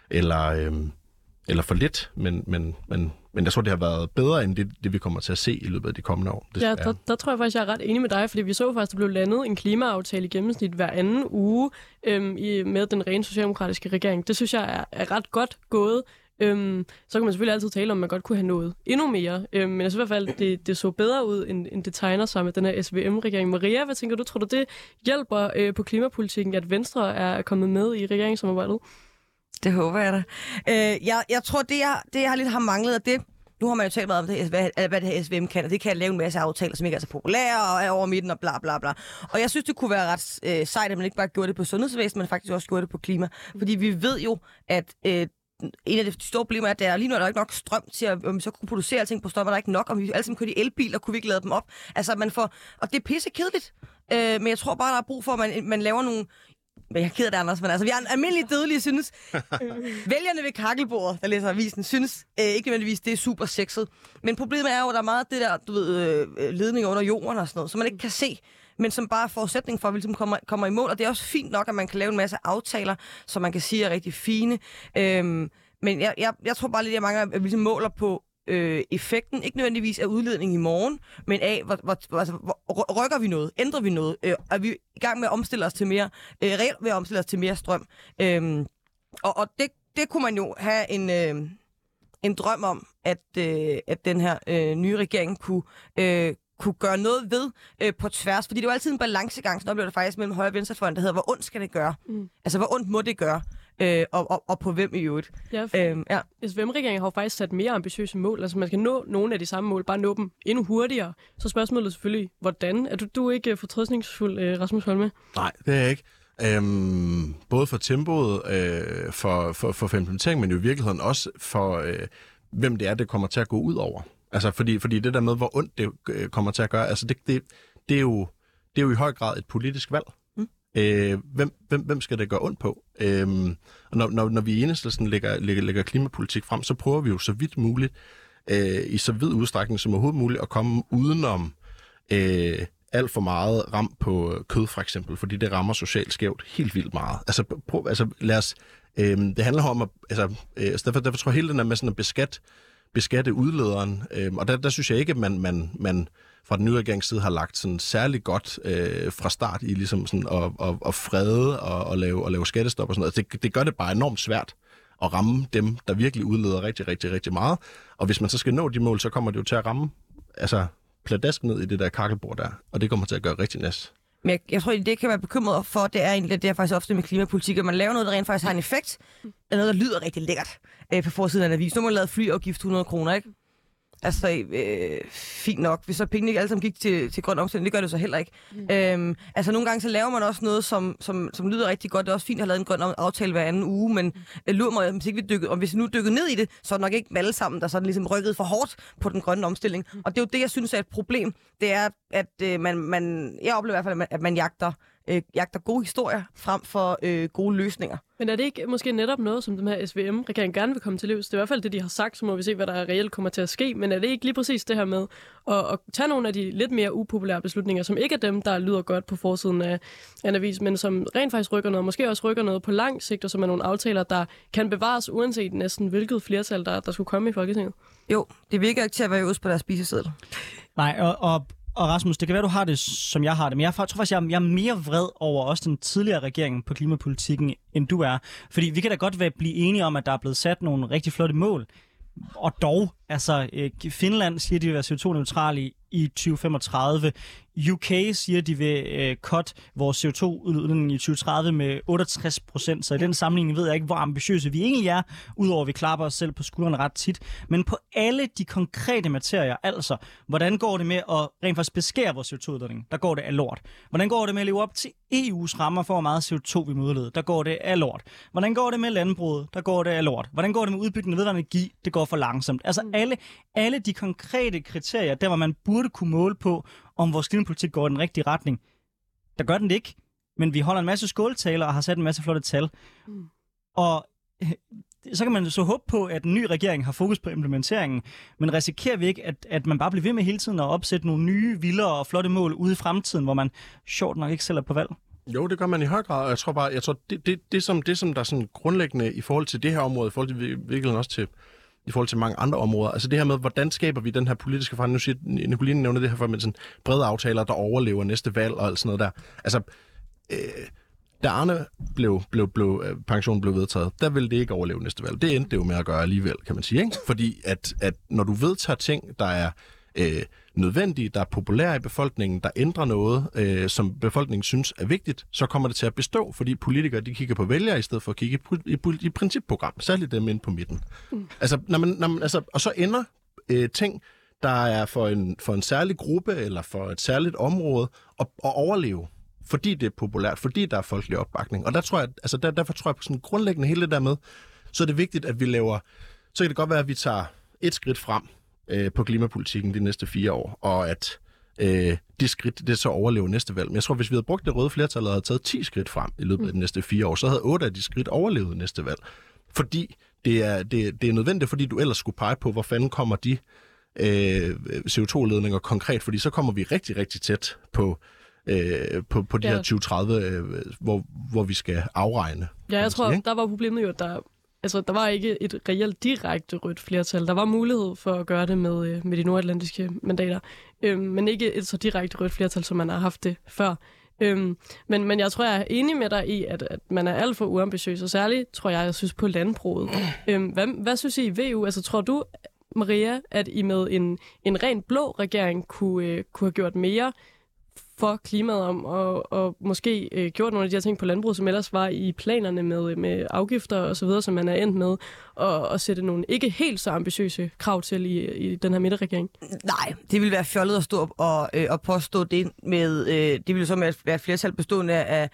S4: eller, øh, eller for lidt, men, men, men, men jeg tror, det har været bedre end det, det vi kommer til at se i løbet af de kommende år.
S2: Ja, der, der tror jeg faktisk, jeg er ret enig med dig, fordi vi så faktisk, der blev landet en klimaaftale i gennemsnit hver anden uge øhm, i, med den rene socialdemokratiske regering. Det synes jeg er, er ret godt gået. Øhm, så kan man selvfølgelig altid tale om, at man godt kunne have nået endnu mere. Øhm, men jeg synes i hvert fald, det, det så bedre ud, end, end det tegner sig med den her S V M-regering. Maria, hvad tænker du? Tror du, det hjælper øh, på klimapolitikken, at Venstre er kommet med i regeringssamarbejdet?
S3: Det håber jeg da. Øh, jeg, jeg tror, det jeg, det jeg har lidt har manglet, og det... Nu har man jo talt meget om, det, hvad, hvad det her S V M kan, og det kan lave en masse aftaler, som ikke er så populære og er over midten og bla bla bla. Og jeg synes, det kunne være ret øh, sejt, at man ikke bare gjorde det på sundhedsvæsenet, men faktisk også gjorde det på klima. Fordi vi ved jo, at øh, en af de store problemer er, at der lige nu er der ikke nok strøm til, at om vi så kunne producere alting på strøm, er der ikke nok. Om vi alle sammen kørte i elbiler, kunne vi ikke lade dem op. Altså, man får... Og det er pisse kedeligt. Øh, men jeg tror bare, der er brug for, at man, man laver nogle... Men jeg er ked af det, Anders, men altså, vi er almindelige dødelige, synes. Vælgerne ved kakkelbordet, der læser avisen, synes øh, ikke nødvendigvis, det er super sexet. Men problemet er jo, at der er meget af det der, du ved, øh, ledninger under jorden og sådan noget, som man ikke kan se, men som bare er forudsætning for, at vi ligesom kommer, kommer i mål. Og det er også fint nok, at man kan lave en masse aftaler, som man kan sige er rigtig fine. Øhm, men jeg, jeg, jeg tror bare lidt, at mange at vi ligesom måler på øh, effekten, ikke nødvendigvis af udledning i morgen, men af, hvor, hvor, altså, hvor rykker vi noget, ændrer vi noget, øh, er vi i gang med at omstille os til mere, øh, reelt ved at omstille os til mere strøm. Øhm, og og det, det kunne man jo have en, øh, en drøm om, at, øh, at den her øh, nye regering kunne, øh, kunne gøre noget ved øh, på tværs, fordi det var altid en balancegang, så oplever det faktisk mellem højre og venstrefløjen, der hedder, hvor ondt skal det gøre? Mm. Altså, hvor ondt må det gøre? Øh, og, og, og på hvem i øvrigt.
S2: Ja, øhm, ja. S V M-regeringen har jo faktisk sat mere ambitiøse mål. Altså man skal nå nogle af de samme mål, bare nå dem endnu hurtigere. Så spørgsmålet er selvfølgelig, hvordan? Er du, du er ikke fortrøstningsfuld, øh, Rasmus Holme?
S4: Nej, det er jeg ikke. Øhm, både for tempoet, øh, for, for, for, for implementering, men jo i virkeligheden også for, øh, hvem det er, det kommer til at gå ud over. Altså fordi, fordi det der med, hvor ondt det øh, kommer til at gøre, altså det, det, det, er jo, det er jo i høj grad et politisk valg. Øh, hvem, hvem, hvem skal det gøre ondt på? Øh, og når, når, når vi i Enhedslisten lægger, lægger, lægger klimapolitik frem, så prøver vi jo så vidt muligt, øh, i så vid udstrækning som overhovedet muligt, at komme udenom øh, alt for meget ram på kød, for eksempel, fordi det rammer socialt skævt helt vildt meget. Altså, prøv, altså lad os, øh, det handler om, at, altså, øh, derfor, derfor tror jeg hele den der med sådan at beskatte, beskatte udlederen, øh, og der, der synes jeg ikke, at man, man, man fra den nye regerings side har lagt sådan særlig godt øh, fra start i ligesom sådan at, at, at frede og, og, lave, og lave skattestop og sådan noget. Det, det gør det bare enormt svært at ramme dem, der virkelig udleder rigtig, rigtig, rigtig meget. Og hvis man så skal nå de mål, så kommer det jo til at ramme altså pladask ned i det der kakkelbord der, og det kommer til at gøre rigtig næst.
S3: Men jeg, jeg tror, det kan være bekymret for, det er egentlig det er faktisk ofte med klimapolitik, at man laver noget, der rent faktisk har en effekt, eller noget, der lyder rigtig lækkert øh, på forsiden af en avis. Nu må man lave flyafgift hundrede kroner, ikke? Altså, øh, fint nok. Hvis så pengene ikke alle sammen gik til, til grøn omstilling, det gør det så heller ikke. Mm. Øhm, altså, nogle gange så laver man også noget, som, som, som lyder rigtig godt. Det er også fint at have lavet en grøn aftale hver anden uge, men mm. lurer mig, hvis, ikke vi dykkede, og hvis vi nu dykkede ned i det, så er det nok ikke alle sammen, der sådan ligesom rykket for hårdt på den grønne omstilling. Mm. Og det er jo det, jeg synes er et problem. Det er, at øh, man, man, jeg oplever i hvert fald, at man, at man jagter, øh, jagter gode historier frem for øh, gode løsninger.
S2: Men er det ikke måske netop noget, som den her S V M-regeringen gerne vil komme til livs? Det er i hvert fald det, de har sagt, så må vi se, hvad der reelt kommer til at ske. Men er det ikke lige præcis det her med at, at tage nogle af de lidt mere upopulære beslutninger, som ikke er dem, der lyder godt på forsiden af en avis, men som rent faktisk rykker noget, måske også rykker noget på lang sigt, og som er nogle aftaler, der kan bevares uanset næsten hvilket flertal, der, der skulle komme i Folketinget?
S3: Jo, det virker ikke til at være øverst på deres spiseseddel.
S1: Nej, og, og Og Rasmus, det kan være, du har det, som jeg har det, men jeg tror faktisk, jeg er, jeg er mere vred over også den tidligere regering på klimapolitikken, end du er. Fordi vi kan da godt være blive enige om, at der er blevet sat nogle rigtig flotte mål. Og dog, altså Finland siger, de vil være C O to neutrale i tyve femogtredive. U K siger, de vil øh, cut vores C O to udledning i tyve tredive med otteogtres procent. Så i den sammenligning ved jeg ikke, hvor ambitiøse vi egentlig er, udover at vi klapper os selv på skuldrene ret tit. Men på alle de konkrete materier, altså, hvordan går det med at rent faktisk beskære vores C O to udledning? Der går det af lort. Hvordan går det med at leve op til E U's rammer for, hvor meget C O to vi må udlede? Der går det af lort. Hvordan går det med landbruget? Der går det af lort. Hvordan går det med udbygning af vedvarende energi? Det går for langsomt. Altså alle, alle de konkrete kriterier, der hvor man burde kunne måle på, om vores klimapolitik går i den rigtige retning. Der gør den det ikke, men vi holder en masse skåltaler og har sat en masse flotte tal. Mm. Og øh, så kan man så håbe på, at en ny regering har fokus på implementeringen, men risikerer vi ikke, at, at man bare bliver ved med hele tiden at opsætte nogle nye, vildere og flotte mål ude i fremtiden, hvor man sjovt nok ikke selv er på valg?
S4: Jo, det gør man i høj grad, og jeg tror bare, jeg tror, det, det, det, som, det som der er sådan grundlæggende i forhold til det her område, i forhold til virkelig også til, i forhold til mange andre områder, altså det her med, hvordan skaber vi den her politiske forandring? Nu siger Nicoline nævner det her for med sådan brede aftaler, der overlever næste valg og alt sådan noget der. Altså, øh, da Arne blev, blev, blev, pensionen blev vedtaget, der ville det ikke overleve næste valg. Det endte det jo med at gøre alligevel, kan man sige, ikke? Fordi at, at når du vedtager ting, der er øh, nødvendige, der er populære i befolkningen, der ændrer noget, øh, som befolkningen synes er vigtigt, så kommer det til at bestå, fordi politikere, de kigger på vælgere, i stedet for at kigge i, i, i principprogram, særligt dem inde på midten. Mm. Altså, når man, når man, altså, og så ender øh, ting, der er for en, for en særlig gruppe, eller for et særligt område, at, at overleve, fordi det er populært, fordi der er folkelig opbakning. Og der tror jeg, altså der, derfor tror jeg på sådan grundlæggende hele det der med, så er det vigtigt, at vi laver, så kan det godt være, at vi tager et skridt frem øh, på klimapolitikken de næste fire år, og at øh, de skridt, det så overlever næste valg. Men jeg tror, hvis vi havde brugt det røde flertal og havde taget ti skridt frem i løbet af de næste fire år, så havde otte af de skridt overlevet næste valg. Fordi det er, det, det er nødvendigt, fordi du ellers skulle pege på, hvor fanden kommer de øh, C O to ledninger konkret, fordi så kommer vi rigtig, rigtig tæt på Øh, på, på de ja. her tyve tredive, øh, hvor, hvor vi skal afregne.
S2: Ja, jeg tror, sige, der var problemet jo, at der, altså, der var ikke et reelt direkte rødt flertal. Der var mulighed for at gøre det med, med de nordatlantiske mandater, øh, men ikke et så direkte rødt flertal, som man har haft det før. Øhm, men, men jeg tror, jeg er enig med dig i, at, at man er alt for uambitiøs, og særligt tror jeg, jeg synes på landbruget. øhm, hvad, hvad synes I i V U? Altså, tror du, Maria, at I med en, en ren blå regering kunne, øh, kunne have gjort mere for klimaet om, og, og måske øh, gjort nogle af de her ting på landbruget, som ellers var i planerne med, med afgifter og så videre, som man er endt med, og, og sætte nogle ikke helt så ambitiøse krav til i, i den her midterregering? Nej,
S3: det ville være fjollet at stå og, øh, og påstå det med, øh, det ville så være et flertal bestående af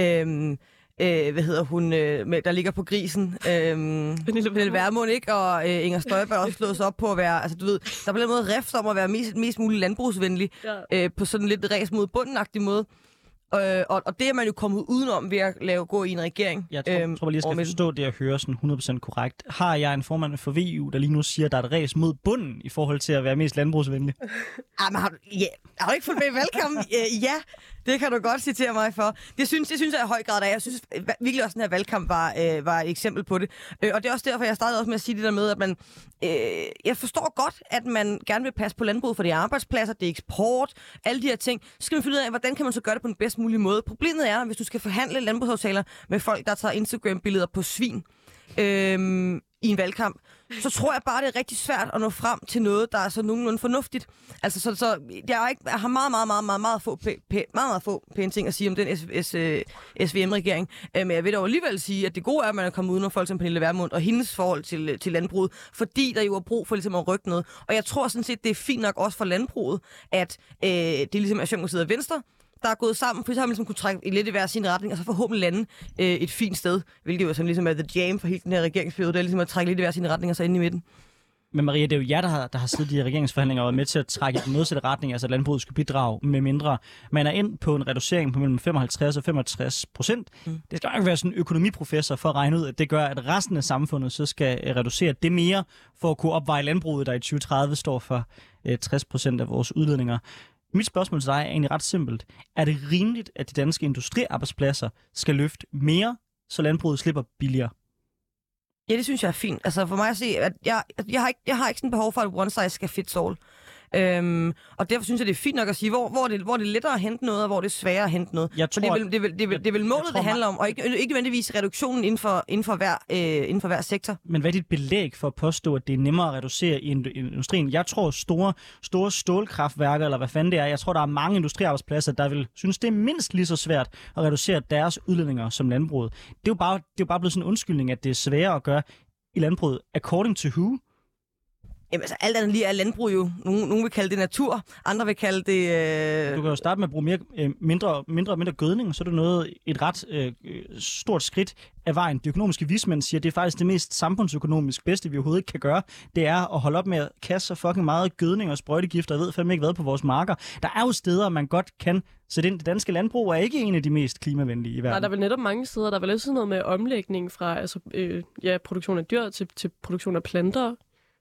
S3: øh, Øh, hvad hedder hun, øh, med, der ligger på grisen, øh, Pernille Vermund, ikke? Og øh, Inger Støjberg også slået sig op på at være, altså du ved, der er på en måde rift om at være mest, mest muligt landbrugsvenlig, ja. øh, på sådan lidt ræs mod bunden-agtig måde. Øh, og, og det er man jo kommet udenom ved at lave gå i en regering.
S1: Jeg tror, øhm, tror bare lige, jeg skal forstå det og høre sådan hundrede procent korrekt. Har jeg en formand for V U, der lige nu siger, at der er et ræs mod bunden i forhold til at være mest landbrugsvenlig?
S3: Ah, men har, du, yeah. har du ikke fulgt med i valgkampen? uh, ja, det kan du godt citere mig for. Det synes, det synes jeg i høj grad, at jeg synes virkelig også, at den her valgkamp var, øh, var et eksempel på det. Øh, og det er også derfor, jeg startede også med at sige det der med, at man, øh, jeg forstår godt, at man gerne vil passe på landbruget, for det er arbejdspladser, det er eksport, alle de her ting. Så skal man finde ud af, hvordan kan man så gøre det på den bedst mulige måde. Problemet er, hvis du skal forhandle landbrugsaftaler med folk, der tager Instagram-billeder på svin øh, i en valgkamp, så tror jeg bare, det er rigtig svært at nå frem til noget, der er så nogenlunde fornuftigt. Altså, så, så jeg, har ikke, jeg har meget, meget, meget, meget, meget få, pæ, pæ, meget, meget få pæne ting at sige om den S V M-regering. Men jeg vil dog alligevel sige, at det gode er, at man er kommet uden af folk som Pernille Vermund og hendes forhold til, til landbruget, fordi der jo er brug for ligesom at rykke noget. Og jeg tror sådan set, det er fint nok også for landbruget, at øh, det ligesom er Socialdemokratiet og Venstre, der er gået sammen, for så har man ligesom kunne trække lidt i hver sin retning, og så forhåbentlig lande øh, et fint sted, hvilket jo sådan ligesom er the jam for hele den her regeringsperiode, det er ligesom at trække lidt i hver sin retning, og så inde i midten.
S1: Men Maria, det er jo jer, der har, der har siddet i regeringsforhandlinger og været med til at trække i den modsatte retning, altså at landbruget skulle bidrage med mindre. Man er ind på en reducering på mellem femoghalvtreds og femogtres procent. Mm. Det skal jo ikke være sådan en økonomiprofessor for at regne ud, at det gør, at resten af samfundet så skal reducere det mere, for at kunne opveje landbruget, der i tyve tredive står for eh, tres procent af vores udledninger. Mit spørgsmål til dig er egentlig ret simpelt. Er det rimeligt, at de danske industriarbejdspladser skal løfte mere, så landbruget slipper billigere?
S3: Ja, det synes jeg er fint. Altså for mig at se, at jeg, jeg, har, ikke, jeg har ikke sådan behov for, at one size skal fit all. Øhm, og derfor synes jeg, det er fint nok at sige, hvor, hvor, det, hvor det er lettere at hente noget, og hvor det er sværere at hente noget. Jeg tror, det er vel, det er vel, det er vel, det er vel målet, tror, det handler om, og ikke, ikke nødvendigvis reduktionen inden for, inden, for hver, øh, inden for hver sektor.
S1: Men hvad er dit belæg for at påstå, at det er nemmere at reducere i industrien? Jeg tror, store, store stålkraftværker, eller hvad fanden det er, jeg tror, der er mange industriarbejdspladser, der vil synes, det er mindst lige så svært at reducere deres udledninger som landbruget. Det er jo bare, det er jo bare blevet sådan en undskyldning, at det er sværere at gøre i landbruget. According to who?
S3: Jamen altså, alt andet lige er landbrug jo. Nogle, nogle vil kalde det natur, andre vil kalde det... Øh...
S1: Du kan jo starte med at bruge mere, øh, mindre, mindre og mindre gødning, så er det noget, et ret øh, stort skridt af vejen. De økonomiske vismænd siger, at det er faktisk det mest samfundsøkonomisk bedste, vi overhovedet ikke kan gøre. Det er at holde op med at kaste så fucking meget gødning og sprøjtegifter. Jeg ved fandme ikke hvad på vores marker. Der er jo steder, man godt kan sætte ind. Det danske landbrug er ikke en af de mest klimavenlige i verden.
S2: Nej, der er vel netop mange steder. Der er vel også noget med omlægning fra altså, øh, ja, produktion af dyr til, til produktion af planter.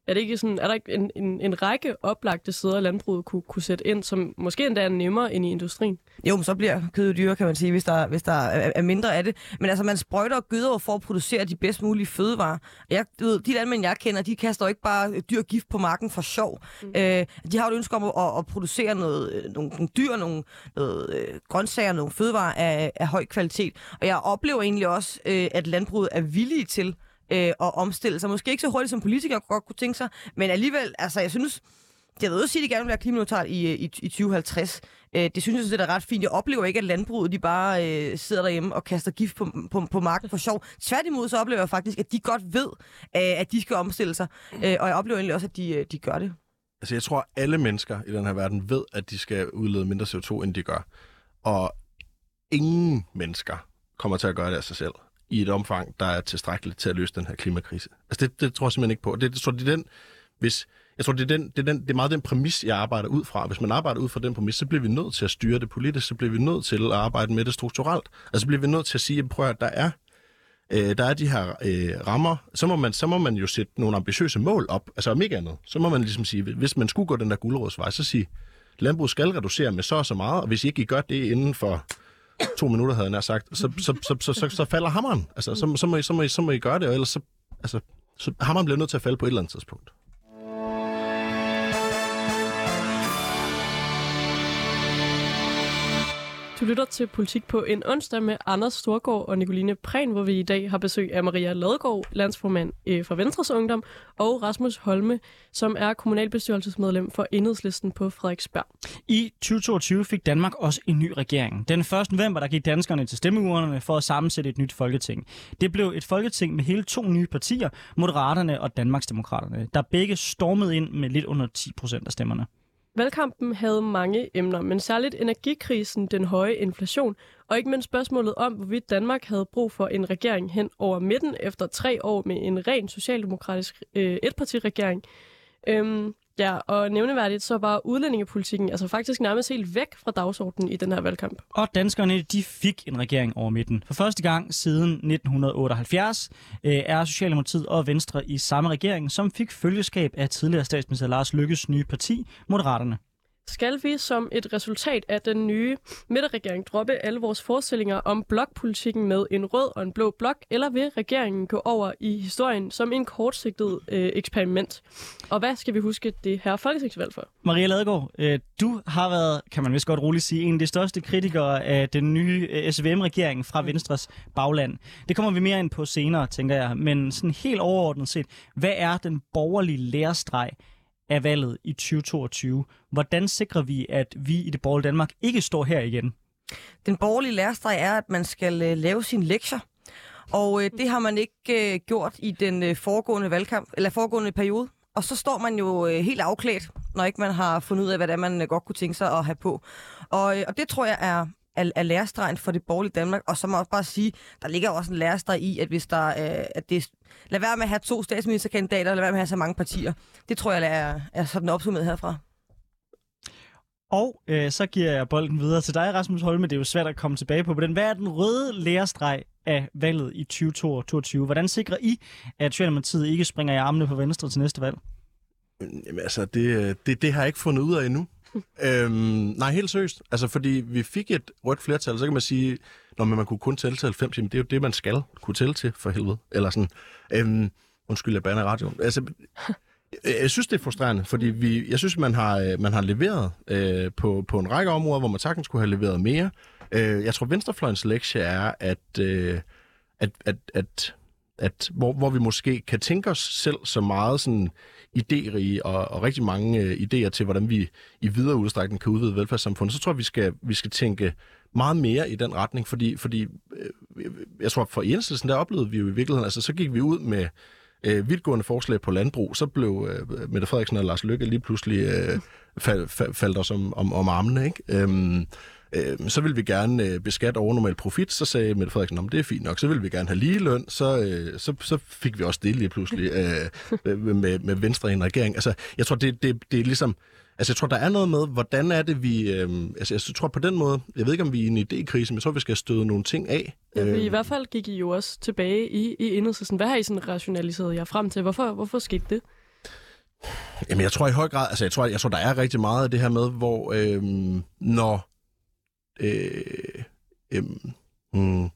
S2: Er, det ikke sådan, er der ikke en, en, en række oplagte steder, landbruget kunne, kunne sætte ind, som måske endda er nemmere end i industrien?
S3: Jo, men så bliver kødet dyre, kan man sige, hvis der, hvis der er, er mindre af det. Men altså, man sprøjter og gøder for at producere de bedst mulige fødevarer. Jeg, ved, de landmænd, jeg kender, de kaster jo ikke bare dyr gift på marken for sjov. Mm. Øh, de har jo et ønske om at, at, at producere noget, nogle, nogle dyr, nogle noget, øh, grøntsager, nogle fødevarer af, af høj kvalitet. Og jeg oplever egentlig også, øh, at landbruget er villige til øh, at omstille sig. Måske ikke så hurtigt, som politikere godt kunne tænke sig, men alligevel, altså, jeg synes... Jeg ved jo sige, at de gerne vil være klimaneutralt i, i, i tyve halvtreds. Øh, det synes jeg, det er ret fint. Jeg oplever ikke, at landbruget de bare øh, sidder derhjemme og kaster gift på, på, på marken for sjov. Tværtimod så oplever jeg faktisk, at de godt ved, øh, at de skal omstille sig. Øh, og jeg oplever egentlig også, at de, de gør det.
S4: Altså, jeg tror, at alle mennesker i den her verden ved, at de skal udlede mindre C O to, end de gør. Og ingen mennesker kommer til at gøre det af sig selv i et omfang, der er tilstrækkeligt til at løse den her klimakrise. Altså, det, det tror jeg simpelthen ikke på. Det, det tror det er den, hvis... Jeg tror, det er, den, det, er den, det er meget den præmis, jeg arbejder ud fra. Hvis man arbejder ud fra den præmis, så bliver vi nødt til at styre det politisk, så bliver vi nødt til at arbejde med det strukturelt. Altså så bliver vi nødt til at sige, prøv at der er, øh, der er de her øh, rammer, så må, man, så må man jo sætte nogle ambitiøse mål op, altså om ikke andet. Så må man ligesom sige, hvis man skulle gå den der gulerodsvej, så sige, landbruget skal reducere med så og så meget, og hvis I ikke I gør det inden for to minutter, havde jeg nær sagt, så, så, så, så, så, så falder hammeren. Altså så, så, må I, så, må I, så må I gøre det, og ellers så, altså, så hammeren bliver nødt til at falde på et eller andet tidspunkt.
S2: Du lytter til Politik på en onsdag med Anders Storgård og Nicoline Prehn, hvor vi i dag har besøg af Maria Ladegaard, landsformand fra Venstres Ungdom, og Rasmus Holme, som er kommunalbestyrelsesmedlem for Enhedslisten på Frederiksberg.
S1: I tyve toogtyve fik Danmark også en ny regering. Den første november der gik danskerne til stemmeurnerne for at sammensætte et nyt folketing. Det blev et folketing med hele to nye partier, Moderaterne og Danmarksdemokraterne, der begge stormede ind med lidt under ti procent af stemmerne.
S2: Valgkampen havde mange emner, men særligt energikrisen, den høje inflation og ikke mindst spørgsmålet om, hvorvidt Danmark havde brug for en regering hen over midten efter tre år med en ren socialdemokratisk øh, etpartiregering. Øhm, ja, og nævneværdigt så var udlændingepolitikken altså faktisk nærmest helt væk fra dagsordenen i den her valgkamp.
S1: Og danskerne, de fik en regering over midten. For første gang siden nitten otteoghalvfjerds øh, er Socialdemokratiet og Venstre i samme regering, som fik følgeskab af tidligere statsminister Lars Løkkes nye parti, Moderaterne.
S2: Skal vi som et resultat af den nye midterregering droppe alle vores forestillinger om blokpolitikken med en rød og en blå blok, eller vil regeringen gå over i historien som en kortsigtet øh, eksperiment? Og hvad skal vi huske det her folketingsvalg for?
S1: Maria Ladegaard, øh, du har været, kan man vist godt roligt sige, en af de største kritikere af den nye øh, S V M-regering fra Venstres bagland. Det kommer vi mere ind på senere, tænker jeg. Men sådan helt overordnet set, hvad er den borgerlige lærestreg af valget i tyve toogtyve? Hvordan sikrer vi, at vi i det borgerlige Danmark ikke står her igen?
S3: Den borgerlige lærestreg er, at man skal øh, lave sine lektier. Og øh, det har man ikke øh, gjort i den øh, foregående valgkamp, eller foregående periode. Og så står man jo øh, helt afklædt, når ikke man har fundet ud af, hvad det er, man øh, godt kunne tænke sig at have på. Og, øh, og det tror jeg er er lærestregen for det borgerlige Danmark, og så må jeg også bare sige, der ligger også en lærestreg i, at hvis der øh, at det lad være med at have to statsministerkandidater, lad være med at have så mange partier. Det tror jeg er, er sådan opsummet herfra.
S1: Og øh, så giver jeg bolden videre til dig, Rasmus Holme. Det er jo svært at komme tilbage på, på den. Hvad er den røde lærestreg af valget i tyve toogtyve? Hvordan sikrer I, at Socialdemokratiet ikke springer i armene på Venstre til næste valg?
S4: Jamen altså, det, det, det har jeg ikke fundet ud af endnu. øhm, nej, helt seriøst. Altså, fordi vi fik et rødt flertal, så kan man sige, når man kunne kun tælle til halvfems, jamen det er jo det, man skal kunne tælle til, for helvede. Eller sådan, øhm, undskyld, jeg bander i radioen. Altså, jeg synes, det er frustrerende, fordi vi, jeg synes, man har, man har leveret øh, på, på en række områder, hvor man sagtens kunne have leveret mere. Øh, jeg tror, venstrefløjens lektie er, at, øh, at, at, at, at hvor, hvor vi måske kan tænke os selv så meget sådan idérige og, og rigtig mange øh, idéer til, hvordan vi i videre udstrækning kan udvide velfærdssamfundet, så tror jeg, vi skal, vi skal tænke meget mere i den retning, fordi, fordi øh, jeg tror, for Enhedslisten, der oplevede vi jo i virkeligheden, altså så gik vi ud med øh, vidtgående forslag på landbrug, så blev øh, Mette Frederiksen og Lars Løkke lige pludselig øh, fald, fald, faldt os om, om, om armene, ikke? Øhm, øh, så ville vi gerne øh, beskatte overnormal profit, så sagde Mette Frederiksen, om det er fint nok, så ville vi gerne have lige løn, så, øh, så, så fik vi også det lige pludselig øh, med, med Venstre i en regering. Altså, jeg tror, det, det, det er ligesom, altså jeg tror, der er noget med, hvordan er det, vi, øh, altså jeg tror på den måde, jeg ved ikke, om vi er i en idékrise, men jeg tror, vi skal støde nogle ting af.
S2: Ja, for i hvert fald gik I jo også tilbage i, i Enhedslisten. Hvad har I sådan rationaliseret jer frem til? Hvorfor, hvorfor skete det?
S4: Jamen, jeg tror i høj grad, altså jeg tror, jeg tror, der er rigtig meget af det her med, hvor øh, når øh, øh, hmm,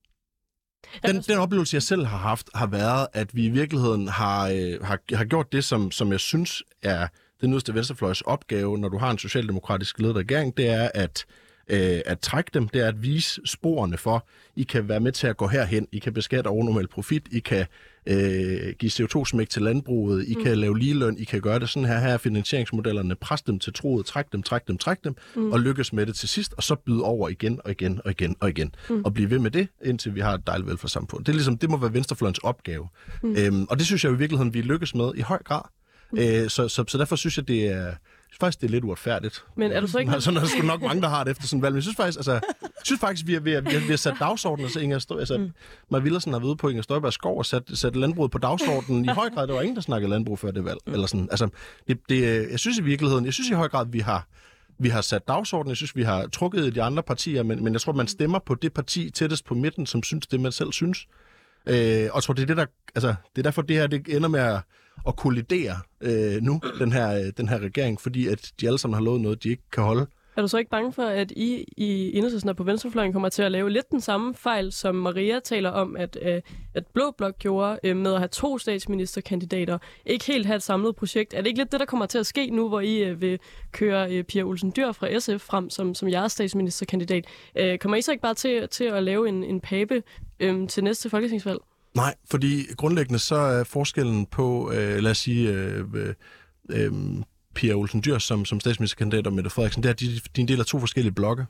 S4: den, den oplevelse, jeg selv har haft, har været, at vi i virkeligheden har, øh, har, har gjort det, som, som jeg synes er den yderste venstrefløjs opgave, når du har en socialdemokratisk ledet regering, det er at øh, at trække dem, det er at vise sporene for, I kan være med til at gå herhen, I kan beskatte overnormal profit, I kan øh, give C O to smæk til landbruget, I mm. kan lave ligeløn, I kan gøre det sådan her, her er finansieringsmodellerne, pres dem til troet, træk dem, træk dem, træk dem, mm. og lykkes med det til sidst, og så byde over igen og igen og igen og igen, mm. og blive ved med det, indtil vi har et dejligt velfærdssamfund. Det er ligesom, det må være venstrefløjens opgave. Mm. Øhm, og det synes jeg jo i virkeligheden, vi lykkes med i høj grad. Mm. Øh, så, så, så derfor synes jeg, det er... Jeg synes faktisk, det er lidt uretfærdigt. Men er du så ikke... Altså, der er sgu nok mange, der har det efter sådan en valg. Men jeg synes faktisk, altså, jeg synes faktisk vi, har, vi, har, vi har sat dagsordenen. Altså, Inger Støj, altså, mm. Maja Villersen har været ude på Inger Støjbergs skov og sat, sat landbruget på dagsordenen. I høj grad, der var ingen, der snakkede landbrug før det valg. Mm. Eller sådan. Altså, det, det, jeg synes i virkeligheden, jeg synes i høj grad, vi har, vi har sat dagsordenen. Jeg synes, vi har trukket i de andre partier. Men, men jeg tror, man stemmer på det parti tættest på midten, som synes det, man selv synes. Øh, og jeg tror, det er det, der... Altså, det er derfor, det her det ender med at... at kollidere øh, nu, den her, den her regering, fordi at de alle sammen har lovet noget, de ikke kan holde.
S2: Er du så ikke bange for, at I i Enhedslisten og på venstrefløjen kommer til at lave lidt den samme fejl, som Maria taler om, at, øh, at Blå Blok gjorde øh, med at have to statsministerkandidater, ikke helt have et samlet projekt? Er det ikke lidt det, der kommer til at ske nu, hvor I øh, vil køre øh, Pia Olsen Dyhr fra S F frem som, som jeres statsministerkandidat? Øh, kommer I så ikke bare til, til at lave en, en pape øh, til næste folketingsvalg?
S4: Nej, fordi grundlæggende så er forskellen på, øh, lad os sige, øh, øh, Pia Olsen Dyhr som, som statsministerkandidat og Mette Frederiksen, det er, de, de er en del af to forskellige blokke,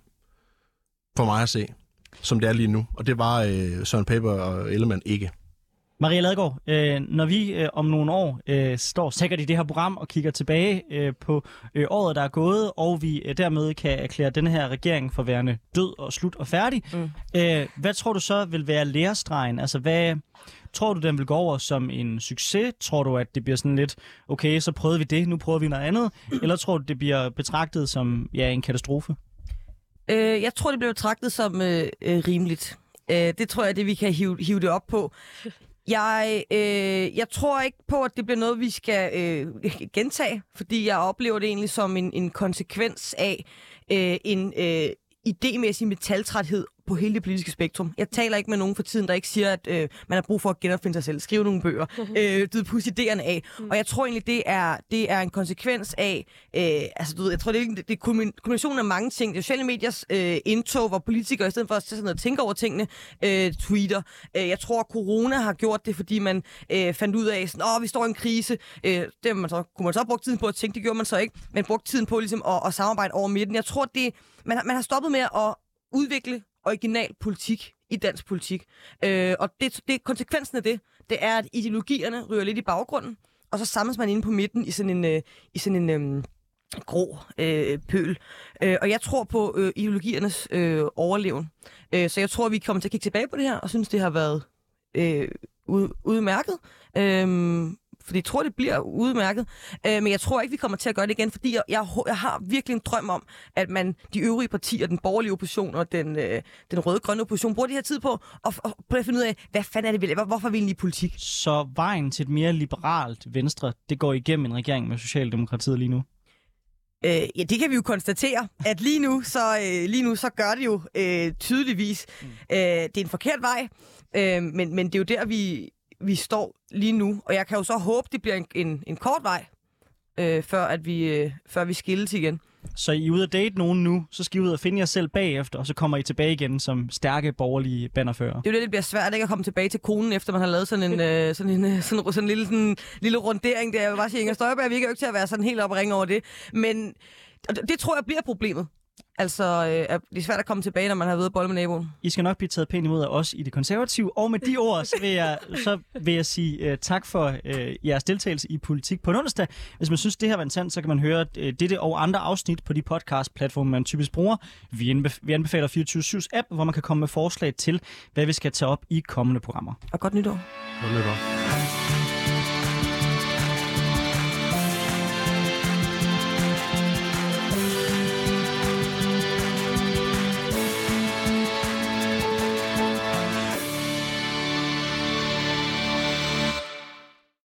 S4: for mig at se, som det er lige nu. Og det var øh, Søren Pape og Ellemann ikke.
S1: Maria Ladegaard, øh, når vi øh, om nogle år øh, står sikkert i det her program og kigger tilbage øh, på øh, året, der er gået, og vi øh, dermed kan erklære denne her regering for værende død og slut og færdig, mm. øh, hvad tror du så vil være lærestregen? Altså, hvad tror du, den vil gå over som en succes? Tror du, at det bliver sådan lidt, okay, så prøvede vi det, nu prøver vi noget andet? Eller tror du, det bliver betragtet som ja, en katastrofe?
S3: Øh, jeg tror, det bliver betragtet som øh, øh, rimeligt. Øh, det tror jeg, det vi kan hive, hive det op på. Jeg, øh, jeg tror ikke på, at det bliver noget, vi skal øh, gentage, fordi jeg oplever det egentlig som en, en konsekvens af øh, en øh, idémæssig metaltræthed på hele det politiske spektrum. Jeg taler ikke med nogen for tiden, der ikke siger, at øh, man har brug for at genopfinde sig selv, skrive nogle bøger, øh, du ved, pusse idéerne af. Mm. Og jeg tror egentlig, det er, det er en konsekvens af, øh, altså du ved, jeg tror, det er, det er kombinationen af mange ting. Det sociale mediers øh, indtog, hvor politikere, i stedet for at sådan noget, tænke over tingene, øh, tweeter. Øh, jeg tror, at corona har gjort det, fordi man øh, fandt ud af, sådan, åh, vi står i en krise. Øh, det man så, kunne man så bruge tiden på at tænke, det gjorde man så ikke, men brugte tiden på ligesom, at, at samarbejde over midten. Jeg tror, det man har, man har stoppet med at udvikle original politik i dansk politik. Øh, og det, det, konsekvensen af det, det er, at ideologierne ryger lidt i baggrunden, og så samles man inde på midten i sådan en, øh, i sådan en øh, grå øh, pøl. Øh, og jeg tror på øh, ideologiernes øh, overleven. Øh, så jeg tror, vi kommer til at kigge tilbage på det her, og synes, det har været øh, ud, udmærket. Øh, fordi jeg tror, det bliver udmærket. Øh, men jeg tror ikke, vi kommer til at gøre det igen, fordi jeg, jeg, jeg har virkelig en drøm om, at man, de øvrige partier, den borgerlige opposition og den, øh, den røde-grønne opposition, bruger de her tid på at, at prøve at finde ud af, hvad fanden er det, vi laver? Hvorfor vil vi i politik?
S1: Så vejen til et mere liberalt venstre, det går igennem en regering med Socialdemokratiet lige nu?
S3: Øh, ja, det kan vi jo konstatere, at lige nu, så, øh, lige nu, så gør det jo øh, tydeligvis. Mm. Øh, det er en forkert vej, øh, men, men det er jo der, vi... vi står lige nu, og jeg kan jo så håbe, det bliver en, en, en kort vej, øh, før, at vi, øh, før vi skilles igen.
S1: Så I er ude at date nogen nu, så skal I ud og finde jer selv bagefter, og så kommer I tilbage igen som stærke borgerlige bannerfører.
S3: Det er jo det, det bliver svært ikke at komme tilbage til konen, efter man har lavet sådan en, øh, sådan en, sådan, sådan en lille, sådan, lille rundering. Der. Jeg vil bare sige, Inger Støjberg virker jo ikke til at være sådan helt op og ringe over det, men det, det tror jeg bliver problemet. Altså, øh, det er svært at komme tilbage, når man har været at bolle med naboen.
S1: I skal nok blive taget pænt imod af os i Det Konservative. Og med de ord, så vil jeg, så vil jeg sige uh, tak for uh, jeres deltagelse i Politik på en onsdag. Hvis man synes, det her var interessant, så kan man høre uh, dette og andre afsnit på de podcast-platforme, man typisk bruger. Vi, anbef- vi anbefaler fireogtyve syvs app, hvor man kan komme med forslag til, hvad vi skal tage op i kommende programmer.
S3: Og godt nytår.
S4: Godt nytår.